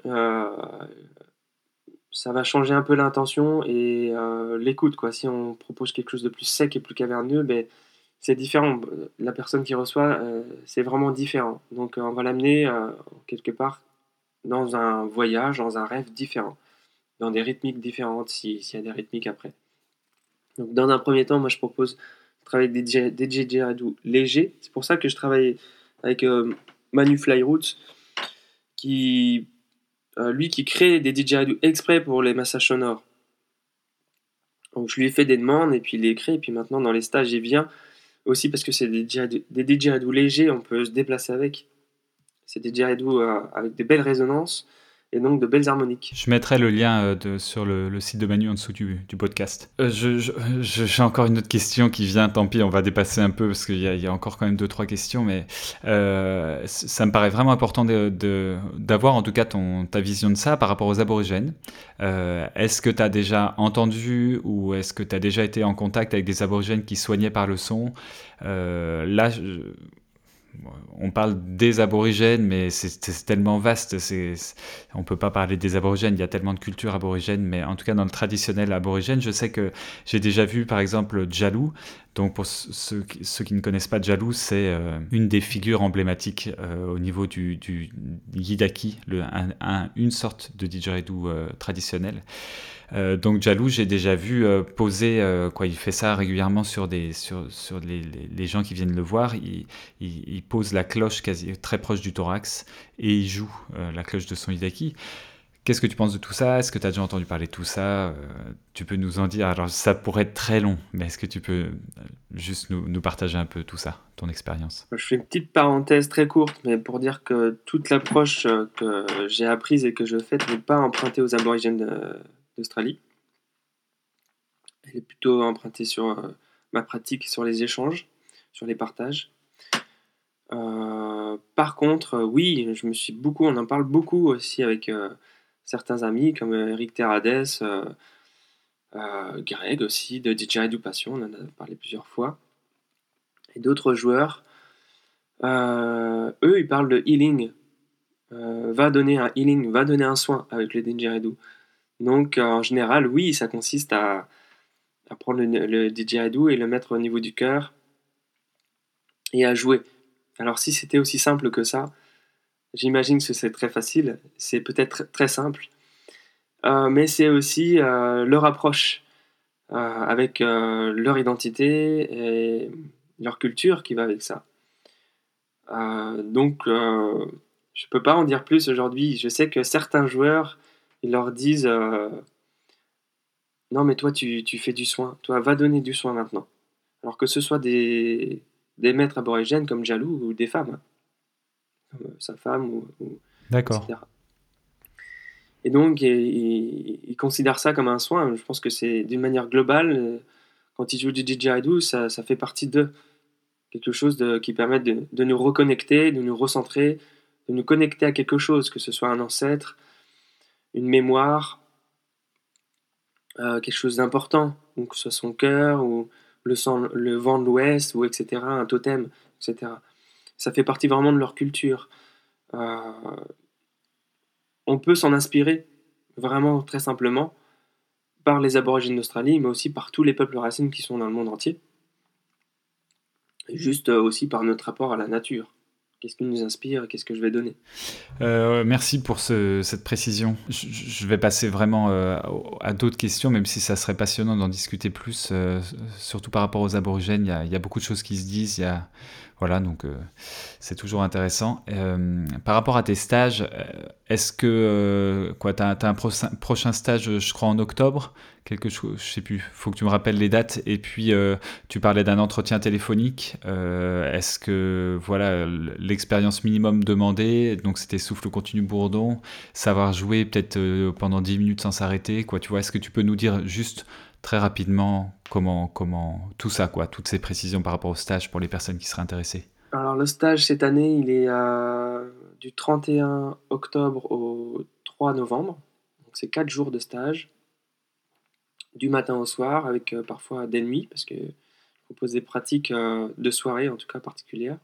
Speaker 1: ça va changer un peu l'intention et l'écoute, quoi. Si on propose quelque chose de plus sec et plus caverneux, ben, c'est différent. La personne qui reçoit, c'est vraiment différent. Donc, on va l'amener quelque part dans un voyage, dans un rêve différent, dans des rythmiques différentes, s'il y a des rythmiques après. Donc, dans un premier temps, moi, je propose de travailler avec des didgeridoo légers. C'est pour ça que je travaille avec Manu Flyroots, qui lui qui crée des didgeridoo exprès pour les massages sonores. Donc je lui ai fait des demandes et puis il les crée. Et puis maintenant dans les stages il vient aussi parce que c'est des didgeridoo légers, on peut se déplacer avec. C'est des didgeridoo avec des belles résonances et donc de belles harmoniques.
Speaker 2: Je mettrai le lien sur le site de Manu en dessous du podcast. J'ai encore une autre question qui vient, tant pis, on va dépasser un peu parce qu'il y a encore quand même 2-3 questions, mais ça me paraît vraiment important d'avoir en tout cas ta vision de ça par rapport aux aborigènes. Est-ce que tu as déjà entendu ou est-ce que tu as déjà été en contact avec des aborigènes qui soignaient par le son? Là, on parle des aborigènes, mais c'est tellement vaste. On ne peut pas parler des aborigènes, il y a tellement de cultures aborigènes, mais en tout cas dans le traditionnel aborigène, je sais que j'ai déjà vu par exemple Djalou. Donc pour ceux qui ne connaissent pas Djalou, c'est une des figures emblématiques au niveau du yidaki, une sorte de didgeridoo traditionnel. Donc Djalou, j'ai déjà vu poser, il fait ça régulièrement sur les gens qui viennent le voir. Il pose la cloche très proche du thorax et il joue la cloche de son hidaki. Qu'est-ce que tu penses de tout ça? Est-ce que tu as déjà entendu parler de tout ça? Tu peux nous en dire? Alors ça pourrait être très long, mais est-ce que tu peux juste nous partager un peu tout ça, ton expérience?
Speaker 1: Je fais une petite parenthèse très courte, mais pour dire que toute l'approche que j'ai apprise et que je fais n'est pas empruntée aux aborigènes d'Australie. Elle est plutôt empruntée sur ma pratique, sur les échanges, sur les partages. Par contre, oui, on en parle beaucoup aussi avec certains amis comme Eric Terrades, Greg aussi, de Didgeridoo Passion, on en a parlé plusieurs fois, et d'autres joueurs. Eux, ils parlent de healing. Va donner un healing, va donner un soin avec le didgeridoo. Donc, en général, oui, ça consiste à prendre le didgeridoo et le mettre au niveau du cœur et à jouer. Alors, si c'était aussi simple que ça, j'imagine que c'est très facile. C'est peut-être très simple. Mais c'est aussi leur approche avec leur identité et leur culture qui va avec ça. Donc, je peux pas en dire plus aujourd'hui. Je sais que certains joueurs, ils leur disent non, mais toi, tu fais du soin. Toi, va donner du soin maintenant. Alors que ce soit des maîtres aborigènes comme Jalou ou des femmes, hein, comme sa femme,
Speaker 2: D'accord.
Speaker 1: etc. Et donc, il considère ça comme un soin. Je pense que c'est d'une manière globale, quand il joue du didgeridoo, ça fait partie de quelque chose qui permet de nous reconnecter, de nous recentrer, de nous connecter à quelque chose, que ce soit un ancêtre, une mémoire, quelque chose d'important, ou que ce soit son cœur, ou le vent de l'Ouest, ou etc., un totem, etc. Ça fait partie vraiment de leur culture. Euh, on peut s'en inspirer, vraiment très simplement, par les aborigènes d'Australie, mais aussi par tous les peuples racines qui sont dans le monde entier. Et juste aussi par notre rapport à la nature. Qu'est-ce qui nous inspire, qu'est-ce que je vais donner.
Speaker 2: Merci pour cette précision. Je vais passer vraiment à d'autres questions, même si ça serait passionnant d'en discuter plus, surtout par rapport aux aborigènes. Il y a beaucoup de choses qui se disent. Voilà, donc c'est toujours intéressant. Par rapport à tes stages, est-ce que t'as un prochain stage, je crois en octobre, quelque chose, je sais plus. Faut que tu me rappelles les dates. Et puis tu parlais d'un entretien téléphonique. Est-ce que voilà l'expérience minimum demandée, donc c'était souffle continu bourdon, savoir jouer peut-être pendant 10 minutes sans s'arrêter, quoi. Tu vois, est-ce que tu peux nous dire juste très rapidement comment tout ça, quoi, toutes ces précisions par rapport au stage pour les personnes qui seraient intéressées?
Speaker 1: Alors le stage cette année, il est du 31 octobre au 3 novembre. Donc c'est 4 jours de stage, du matin au soir, avec parfois des nuits, parce que je propose des pratiques de soirée, en tout cas particulières,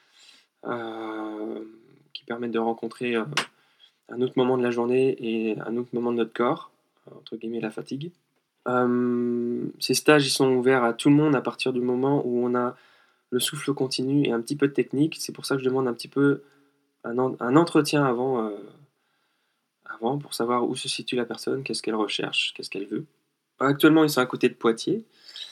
Speaker 1: qui permettent de rencontrer un autre moment de la journée et un autre moment de notre corps, entre guillemets la fatigue. Ces stages, ils sont ouverts à tout le monde à partir du moment où on a le souffle continu et un petit peu de technique. C'est pour ça que je demande un petit peu un entretien avant pour savoir où se situe la personne, qu'est-ce qu'elle recherche, qu'est-ce qu'elle veut. Actuellement, ils sont à côté de Poitiers.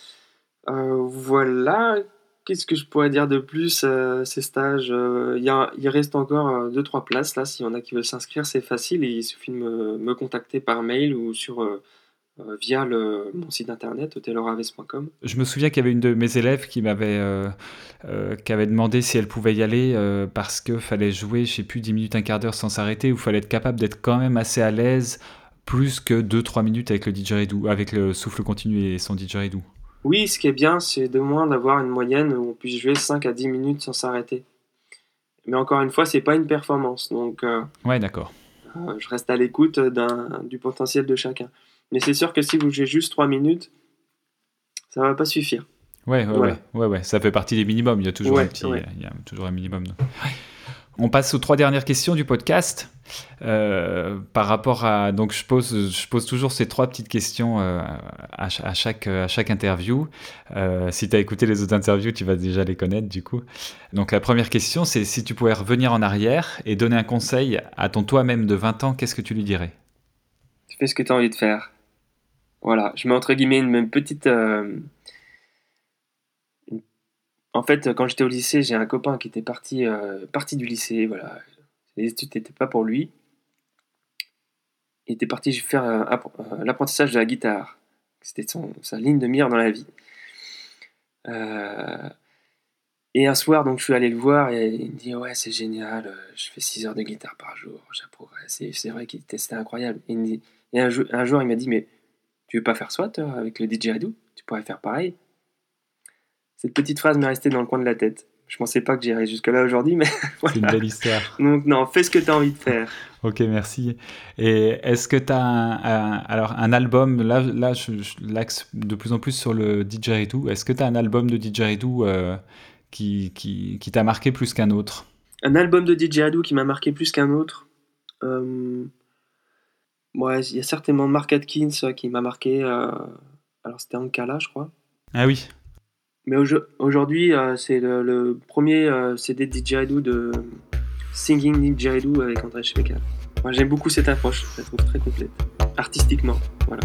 Speaker 1: Voilà. Qu'est-ce que je pourrais dire de plus, ces stages, il reste encore 2-3 places là, s'il y en a qui veulent s'inscrire, c'est facile, et il suffit de me contacter par mail ou via mon site internet hoteloraves.com.
Speaker 2: Je me souviens qu'il y avait une de mes élèves qui avait demandé si elle pouvait y aller parce qu'il fallait jouer, je sais plus, 10 minutes, un quart d'heure sans s'arrêter, ou il fallait être capable d'être quand même assez à l'aise, plus que 2-3 minutes avec le didgeridoo, avec le souffle continu et son didgeridoo.
Speaker 1: Oui, ce qui est bien, c'est de moins d'avoir une moyenne où on puisse jouer 5 à 10 minutes sans s'arrêter. Mais encore une fois, c'est pas une performance, donc
Speaker 2: Ouais, d'accord.
Speaker 1: je reste à l'écoute du potentiel de chacun. Mais c'est sûr que si vous jouez juste 3 minutes, ça va pas suffire.
Speaker 2: Ouais,
Speaker 1: Voilà.
Speaker 2: ça fait partie des minimums. Il y a toujours il y a toujours un minimum. On passe aux 3 dernières questions du podcast. Par rapport à, donc je pose toujours ces 3 petites questions à chaque interview. Si tu as écouté les autres interviews, tu vas déjà les connaître du coup. Donc la première question, c'est si tu pouvais revenir en arrière et donner un conseil à ton toi-même de 20 ans, qu'est-ce que tu lui dirais?
Speaker 1: Tu fais ce que tu as envie de faire. Voilà, je mets entre guillemets une petite... En fait, quand j'étais au lycée, j'ai un copain qui était parti du lycée, voilà. Les études n'étaient pas pour lui. Il était parti faire l'apprentissage de la guitare. C'était sa ligne de mire dans la vie. Et un soir, donc, je suis allé le voir et il me dit « Ouais, c'est génial, je fais 6 heures de guitare par jour, j'ai progressé. » C'est vrai que c'était incroyable. Et un jour, il m'a dit « Mais tu veux pas faire SWAT avec le didgeridoo? Tu pourrais faire pareil. » Cette petite phrase m'est restée dans le coin de la tête. Je pensais pas que j'irais jusque-là aujourd'hui, mais voilà.
Speaker 2: C'est une belle histoire.
Speaker 1: Donc non, fais ce que tu as envie de faire.
Speaker 2: Ok, merci. Et est-ce que tu as un album, là je l'axe de plus en plus sur le didgeridoo, est-ce que tu as un album de didgeridoo qui t'a marqué plus qu'un autre?
Speaker 1: Un album de didgeridoo qui m'a marqué plus qu'un autre, ouais, il y a certainement Mark Atkins qui m'a marqué, alors c'était Ankala, je crois.
Speaker 2: Ah oui.
Speaker 1: Mais aujourd'hui, c'est le premier CD de didgeridoo de Singing Didgeridoo avec André Schweikart. Moi, j'aime beaucoup cette approche, je la trouve très complète, artistiquement, voilà.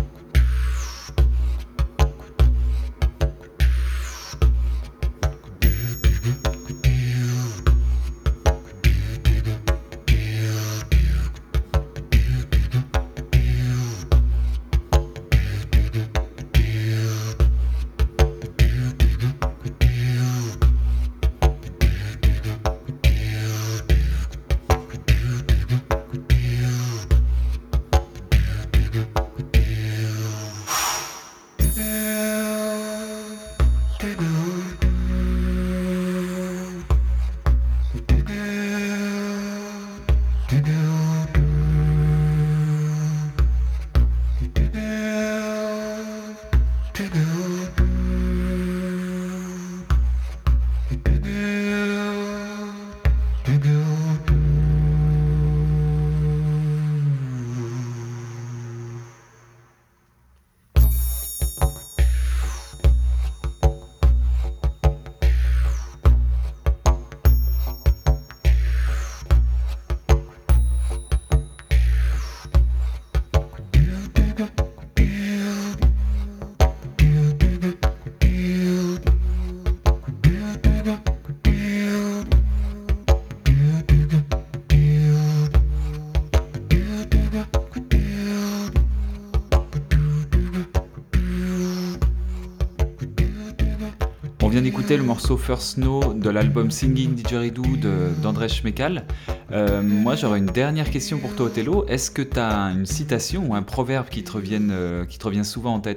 Speaker 2: On vient d'écouter le morceau First Snow de l'album Singing Didgeridoo d'Andrés Schmeccal. Moi, j'aurais une dernière question pour toi, Othello. Est-ce que tu as une citation ou un proverbe qui te revient souvent en tête ?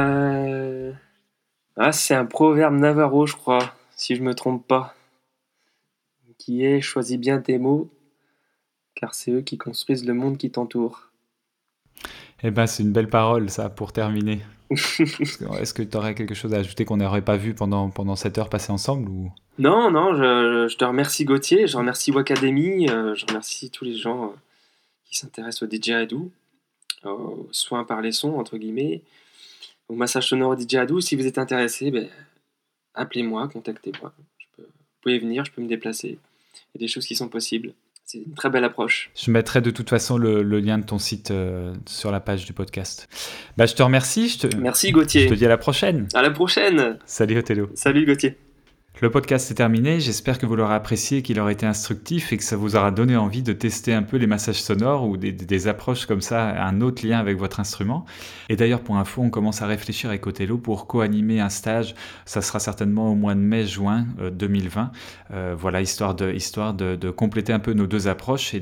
Speaker 1: C'est un proverbe navarro, je crois, si je me trompe pas, qui est « Choisis bien tes mots, car c'est eux qui construisent le monde qui t'entoure ».
Speaker 2: Eh ben, c'est une belle parole, ça, pour terminer. Est-ce que tu aurais quelque chose à ajouter qu'on n'aurait pas vu pendant cette heure passée ensemble ou...
Speaker 1: Non, je te remercie Gauthier, je remercie Wacademy, je remercie tous les gens qui s'intéressent au didgeridoo, aux soins par les sons, entre guillemets, au massage sonore au didgeridoo. Si vous êtes intéressé, appelez-moi, contactez-moi. Vous pouvez venir, je peux me déplacer. Il y a des choses qui sont possibles. C'est une très belle approche.
Speaker 2: Je mettrai de toute façon le lien de ton site sur la page du podcast. Je te remercie.
Speaker 1: Merci Gauthier.
Speaker 2: Je te dis à la prochaine.
Speaker 1: À la prochaine.
Speaker 2: Salut Othello.
Speaker 1: Salut Gauthier.
Speaker 2: Le podcast est terminé, j'espère que vous l'aurez apprécié, qu'il aura été instructif et que ça vous aura donné envie de tester un peu les massages sonores ou des approches comme ça, un autre lien avec votre instrument. Et d'ailleurs, pour info, on commence à réfléchir avec Othello pour co-animer un stage, ça sera certainement au mois de mai-juin 2020, voilà, histoire de compléter un peu nos deux approches et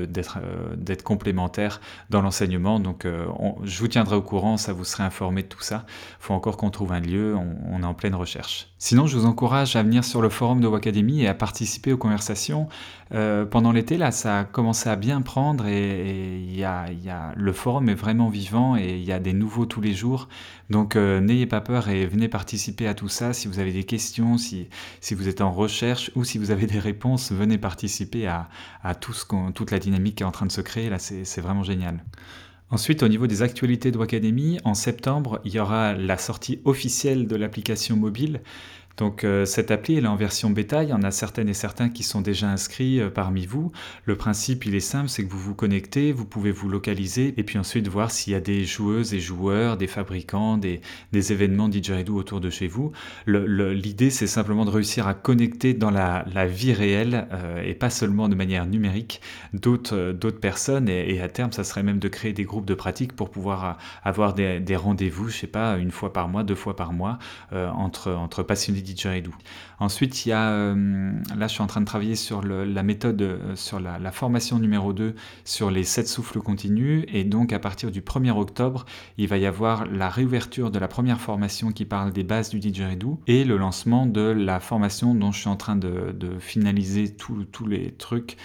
Speaker 2: d'être complémentaires dans l'enseignement. Donc je vous tiendrai au courant, ça vous serez informé de tout ça. Il faut encore qu'on trouve un lieu, on est en pleine recherche. Sinon, je vous encourage à venir sur le forum de Wacademy et à participer aux conversations. Pendant l'été, là, ça a commencé à bien prendre et le forum est vraiment vivant et il y a des nouveaux tous les jours. Donc, n'ayez pas peur et venez participer à tout ça. Si vous avez des questions, si vous êtes en recherche ou si vous avez des réponses, venez participer à toute la dynamique qui est en train de se créer. Là, c'est vraiment génial. Ensuite, au niveau des actualités de Wacademy, en septembre, il y aura la sortie officielle de l'application mobile. Donc cette appli, elle est en version bêta, il y en a certaines et certains qui sont déjà inscrits parmi vous. Le principe, il est simple, c'est que vous vous connectez, vous pouvez vous localiser et puis ensuite voir s'il y a des joueuses et joueurs, des fabricants, des événements didgeridoo autour de chez vous. L'idée, c'est simplement de réussir à connecter dans la vie réelle et pas seulement de manière numérique d'autres personnes et à terme, ça serait même de créer des groupes de pratique pour pouvoir avoir des rendez-vous, je sais pas, une fois par mois, 2 fois par mois, entre passionnés didgeridoo. Ensuite, il y a, là je suis en train de travailler sur la méthode, sur la formation numéro 2 sur les 7 souffles continus et donc à partir du 1er octobre, il va y avoir la réouverture de la première formation qui parle des bases du didgeridoo et le lancement de la formation dont je suis en train de finaliser tous les trucs.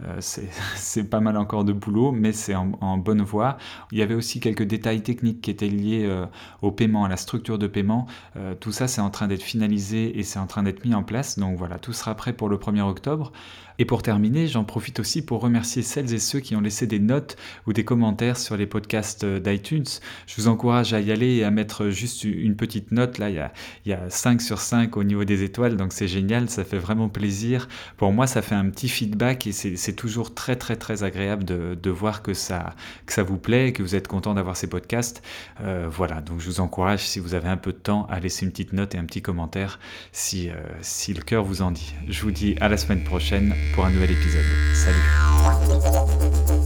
Speaker 2: C'est pas mal encore de boulot, mais c'est en bonne voie. Il y avait aussi quelques détails techniques qui étaient liés au paiement, à la structure de paiement. Tout ça, c'est en train d'être finalisé et c'est en train d'être mis en place. Donc voilà, tout sera prêt pour le 1er octobre. Et pour terminer, j'en profite aussi pour remercier celles et ceux qui ont laissé des notes ou des commentaires sur les podcasts d'iTunes. Je vous encourage à y aller et à mettre juste une petite note. Là, il y a 5 sur 5 au niveau des étoiles, donc c'est génial, ça fait vraiment plaisir. Pour moi, ça fait un petit feedback et c'est toujours très très très agréable de voir que ça vous plaît, que vous êtes content d'avoir ces podcasts. Voilà, donc je vous encourage, si vous avez un peu de temps, à laisser une petite note et un petit commentaire si le cœur vous en dit. Je vous dis à la semaine prochaine pour un nouvel épisode. Salut!